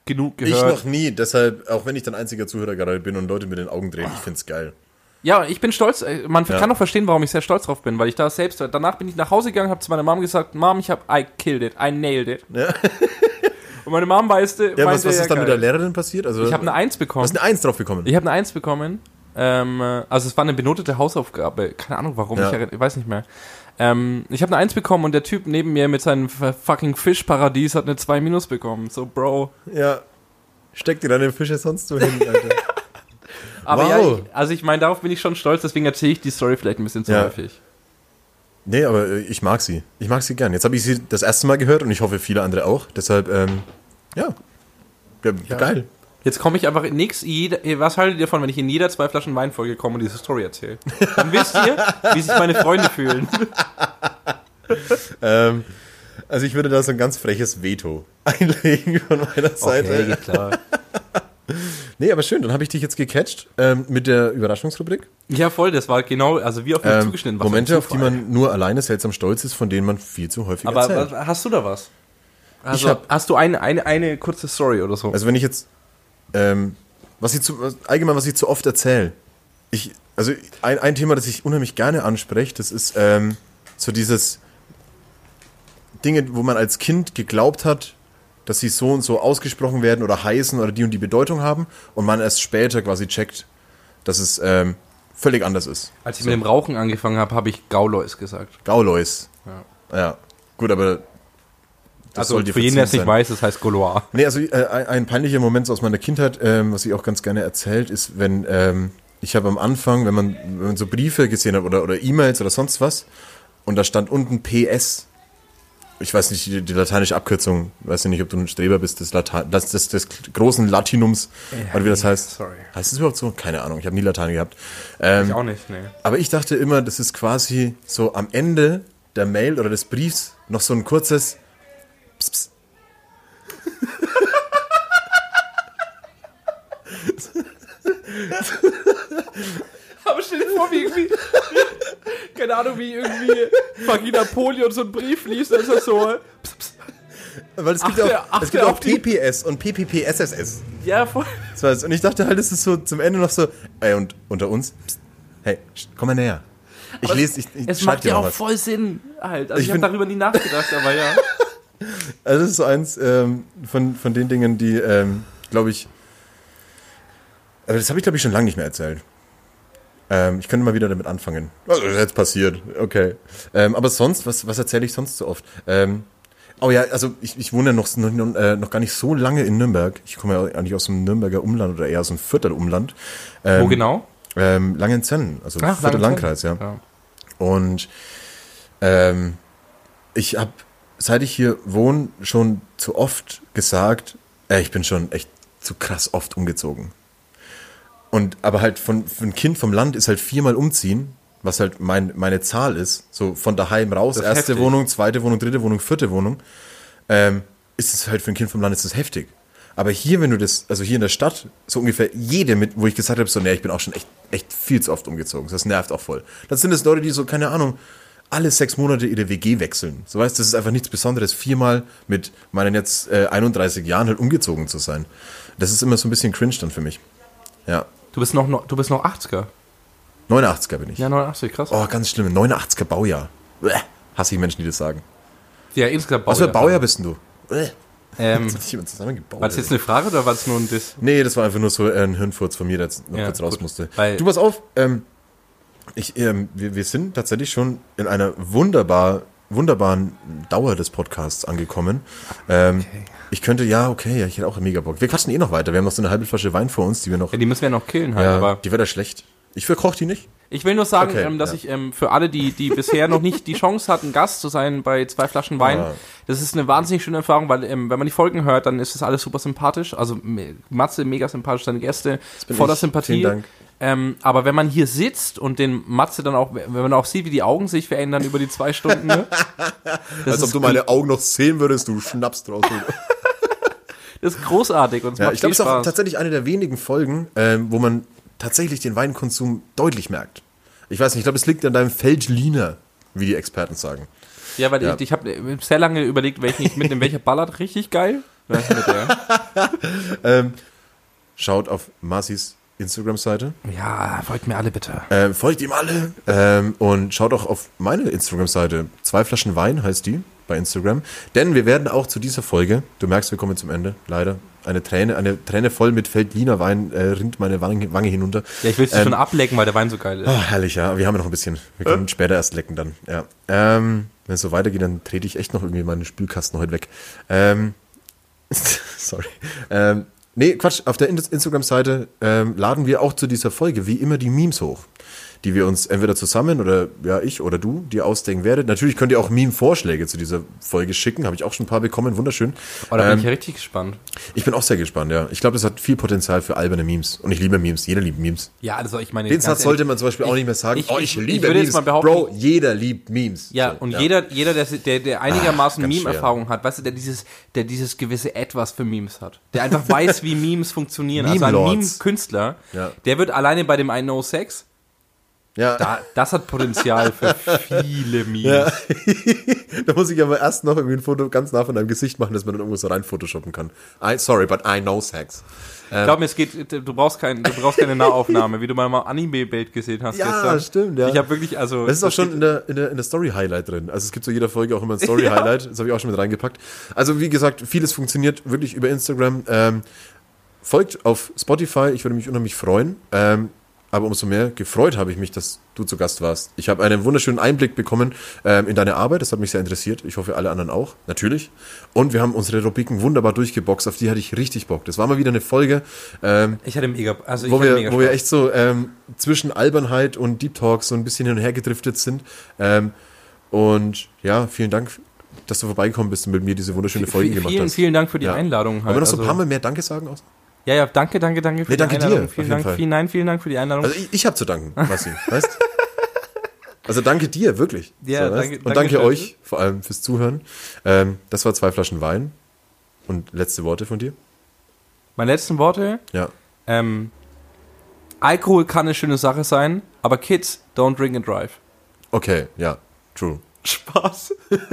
genug Ich gehört. noch nie, deshalb, auch wenn ich dann einziger Zuhörer gerade bin und Leute mit den Augen drehen, ich find's geil. Ja, ich bin stolz. Man kann auch verstehen, warum ich sehr stolz drauf bin, weil ich da selbst, danach bin ich nach Hause gegangen, habe zu meiner Mom gesagt, Mom, I killed it, I nailed it. Ja. Und meine Mom meinte, Was ist dann mit der Lehrerin passiert? Also, Ich habe eine 1 bekommen. Du hast eine 1 drauf bekommen. Ich habe eine 1 bekommen. Also es war eine benotete Hausaufgabe. Keine Ahnung warum, Ja. ich weiß nicht mehr. Ich habe eine 1 bekommen und der Typ neben mir mit seinem fucking Fischparadies hat eine 2- bekommen. So, Bro. Ja. Steck dir deine Fische sonst so hin, Alter. Aber Wow. ja, ich meine, darauf bin ich schon stolz, deswegen erzähle ich die Story vielleicht ein bisschen zu Ja. häufig. Nee, aber ich mag sie. Ich mag sie gern. Jetzt habe ich sie das erste Mal gehört und ich hoffe, viele andere auch. Deshalb, ja, geil. Jetzt komme ich einfach was haltet ihr davon, wenn ich in jeder 2 Flaschen Wein-Folge komme und diese Story erzähle? Dann wisst ihr, wie sich meine Freunde fühlen. Also ich würde da so ein ganz freches Veto einlegen von meiner Seite. Okay, klar. Nee, aber schön, dann habe ich dich jetzt gecatcht mit der Überraschungsrubrik. Ja, voll, das war genau, also wie auf mich zugeschnitten. Was Momente, ein auf die Zufall. man nur alleine seltsam stolz ist, von denen man viel zu häufig Aber erzählt. hast du da was? Also, hast du eine kurze Story oder so? Also wenn ich jetzt, was ich zu oft erzähle, also ein Thema, das ich unheimlich gerne anspreche, das ist so dieses Dinge, wo man als Kind geglaubt hat, dass sie so und so ausgesprochen werden oder heißen oder die und die Bedeutung haben und man erst später quasi checkt, dass es völlig anders ist. Als ich mit dem Rauchen angefangen habe, habe ich Gaulois gesagt. Gaulois. Ja. Gut, aber das Also soll dir für jeden, der es verziehen nicht sein. weiß, das heißt Gaulois. Nee, also ein peinlicher Moment aus meiner Kindheit, was ich auch ganz gerne erzählt, ist, wenn ich habe am Anfang, wenn man so Briefe gesehen hat oder E-Mails oder sonst was und da stand unten PS. Ich weiß nicht, die lateinische Abkürzung, weiß ja nicht, ob du ein Streber bist, des großen Latinums, oder wie das heißt. sorry. Heißt das überhaupt so? Keine Ahnung, ich habe nie Latein gehabt. Ich auch nicht, nee. Aber ich dachte immer, das ist quasi so am Ende der Mail oder des Briefs noch so ein kurzes Pss, pss. Aber stell dir vor, wie irgendwie, keine Ahnung, wie irgendwie fucking Napoleon so einen Brief liest, dann ist das so, Weil es gibt Achte- ja achte es gibt auch auf die- PPS und PPPSSS. ja, voll. Das heißt, und ich dachte halt, es ist so zum Ende noch so, ey, und unter uns, pst, hey, komm mal näher. Ich Es schreib macht dir ja noch auch was. voll Sinn, halt. Also Ich ich habe find- darüber nie nachgedacht, aber ja. Also das ist so eins von den Dingen, die, glaube ich, aber das habe ich, glaube ich, schon lange nicht mehr erzählt. Ich könnte mal wieder damit anfangen. Also, das ist jetzt passiert, okay. Aber sonst, was erzähle ich sonst so oft? Oh ja, also ich wohne ja noch gar nicht so lange in Nürnberg. Ich komme ja eigentlich aus dem Nürnberger Umland oder eher aus dem Viertel Umland. Wo genau? Langenzenn, also Viertel Langenzenn. Landkreis, ja. Und ich habe, seit ich hier wohne, schon zu oft gesagt, ich bin schon echt zu krass oft umgezogen. Aber halt für ein Kind vom Land ist halt 4-mal umziehen, was halt meine Zahl ist, so von daheim raus, Das ist erste heftig. Wohnung, zweite Wohnung, dritte Wohnung, vierte Wohnung, ist es halt für ein Kind vom Land ist das heftig. Aber hier, also hier in der Stadt, so ungefähr jede, wo ich gesagt habe, so, nee, ich bin auch schon echt viel zu oft umgezogen, das nervt auch voll. Das sind es Leute, die so, keine Ahnung, alle 6 Monate ihre WG wechseln. So weißt, das ist einfach nichts Besonderes, 4-mal mit meinen jetzt 31 Jahren halt umgezogen zu sein. Das ist immer so ein bisschen cringe dann für mich. Ja. Du bist noch 80er. 89er bin ich. Ja, 89, krass. Oh, ganz schlimm. 89er Baujahr. Bäh. Hasse ich Menschen, die das sagen. Ja, insgesamt Was für Baujahr bist denn du? Bäh. Ähm, Das hat jemand zusammengebaut. war das jetzt eine Frage oder war das nur ein Diss? Nee, das war einfach nur so ein Hirnfurz von mir, der jetzt noch Ja, kurz raus gut. musste. Weil- Du, pass auf. Wir sind tatsächlich schon in einer wunderbaren Dauer des Podcasts angekommen. Ich könnte, ich hätte auch mega Bock. Wir quatschen eh noch weiter. Wir haben noch so eine halbe Flasche Wein vor uns, die wir noch... Ja, die müssen wir noch killen halt, aber die wird ja schlecht. Ich verkoche die nicht. ich will nur sagen, Okay, dass ja. ich für alle, die bisher noch nicht die Chance hatten, Gast zu sein bei 2 Flaschen Wein, Ja. das ist eine wahnsinnig schöne Erfahrung, weil wenn man die Folgen hört, dann ist das alles super sympathisch, also Matze mega sympathisch, seine Gäste bin voller ich. Sympathie. Vielen Dank. Aber wenn man hier sitzt und den Matze dann auch, wenn man auch sieht, wie die Augen sich verändern über die 2 Stunden, ne? Das ist Augen noch sehen würdest, du schnappst draus. Das ist großartig und es Ja, macht ich glaube, es viel ist auch Spaß. tatsächlich eine der wenigen Folgen, wo man tatsächlich den Weinkonsum deutlich merkt. Ich weiß nicht, ich glaube, es liegt an deinem Feldliner, wie die Experten sagen. Ja, weil Ja. ich habe sehr lange überlegt, welchen ich mitnehme. Welcher ballert richtig geil? Ne, mit der. Schaut auf Marcis Instagram-Seite. Ja, folgt mir alle bitte. Folgt ihm alle. Und schaut auch auf meine Instagram-Seite. 2 Flaschen Wein heißt die bei Instagram. Denn wir werden auch zu dieser Folge, du merkst, wir kommen zum Ende, leider. Eine Träne voll mit Veltliner Wein rinnt meine Wange hinunter. Ja, ich will es schon ablecken, weil der Wein so geil ist. Oh, herrlich, ja. Wir haben ja noch ein bisschen. Wir können später erst lecken dann. Ja. Wenn es so weitergeht, dann trete ich echt noch irgendwie meinen Spülkasten heute weg. Sorry. Nee, Quatsch. Auf der Instagram-Seite laden wir auch zu dieser Folge wie immer die Memes hoch, die wir uns entweder zusammen oder ja ich oder du dir ausdenken werdet. Natürlich könnt ihr auch Meme-Vorschläge zu dieser Folge schicken. Habe ich auch schon ein paar bekommen. Wunderschön. Oh, da bin ich ja richtig gespannt. Ich bin auch sehr gespannt, ja. Ich glaube, das hat viel Potenzial für alberne Memes. Und ich liebe Memes. Jeder liebt Memes. Ja, also ich meine... Den Satz sollte man zum Beispiel auch nicht mehr sagen. Ich liebe würde Memes. jetzt mal behaupten, Bro, jeder liebt Memes. Ja, so, und jeder der einigermaßen ganz Meme-Erfahrung hat, weißt du, der dieses gewisse Etwas für Memes hat. Der einfach weiß, wie Memes funktionieren. Also ein Meme-Lords. Meme-Künstler, Ja. der wird alleine bei dem I Know Sex, Ja. das hat Potenzial für viele Memes. Ja. Da muss ich aber erst noch irgendwie ein Foto ganz nah von deinem Gesicht machen, dass man dann irgendwo so rein photoshoppen kann. Sorry, but I know sex. Glaub mir, du brauchst keine Nahaufnahme, wie du mal Anime-Bild gesehen hast Ja, gestern. stimmt, ja. Ich habe wirklich, also... Das ist auch schon in der Story-Highlight drin. Also es gibt zu jeder Folge auch immer ein Story-Highlight. Das habe ich auch schon mit reingepackt. Also wie gesagt, vieles funktioniert wirklich über Instagram. Folgt auf Spotify, ich würde mich unheimlich freuen. Aber umso mehr gefreut habe ich mich, dass du zu Gast warst. Ich habe einen wunderschönen Einblick bekommen in deine Arbeit. Das hat mich sehr interessiert. Ich hoffe, alle anderen auch. Natürlich. Und wir haben unsere Rubriken wunderbar durchgeboxt. Auf die hatte ich richtig Bock. Das war mal wieder eine Folge, Ich hatte mega, wo wir echt so zwischen Albernheit und Deep Talk so ein bisschen hin und her gedriftet sind. Und ja, vielen Dank, dass du vorbeigekommen bist und mit mir diese wunderschöne Folge gemacht hast. Vielen Dank für die Einladung. Wollen wir noch so ein paar Mal mehr Danke sagen? Ja, danke für die danke Einladung. dir, Vielen Dank für die Einladung. Also ich habe zu danken, Massi, weißt? Also danke dir, wirklich. Ja, so, danke. Und danke euch, vor allem fürs Zuhören. Das war 2 Flaschen Wein. Und letzte Worte von dir? Meine letzten Worte? Ja. Alkohol kann eine schöne Sache sein, aber Kids, don't drink and drive. Okay, ja, true. Spaß.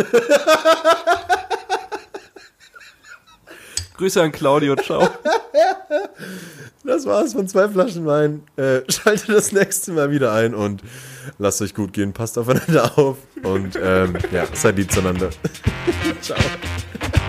Grüße an Claudio, ciao. Das war's von 2 Flaschen Wein. Schaltet das nächste Mal wieder ein und lasst euch gut gehen. Passt aufeinander auf und ja, seid lieb zueinander. Ciao.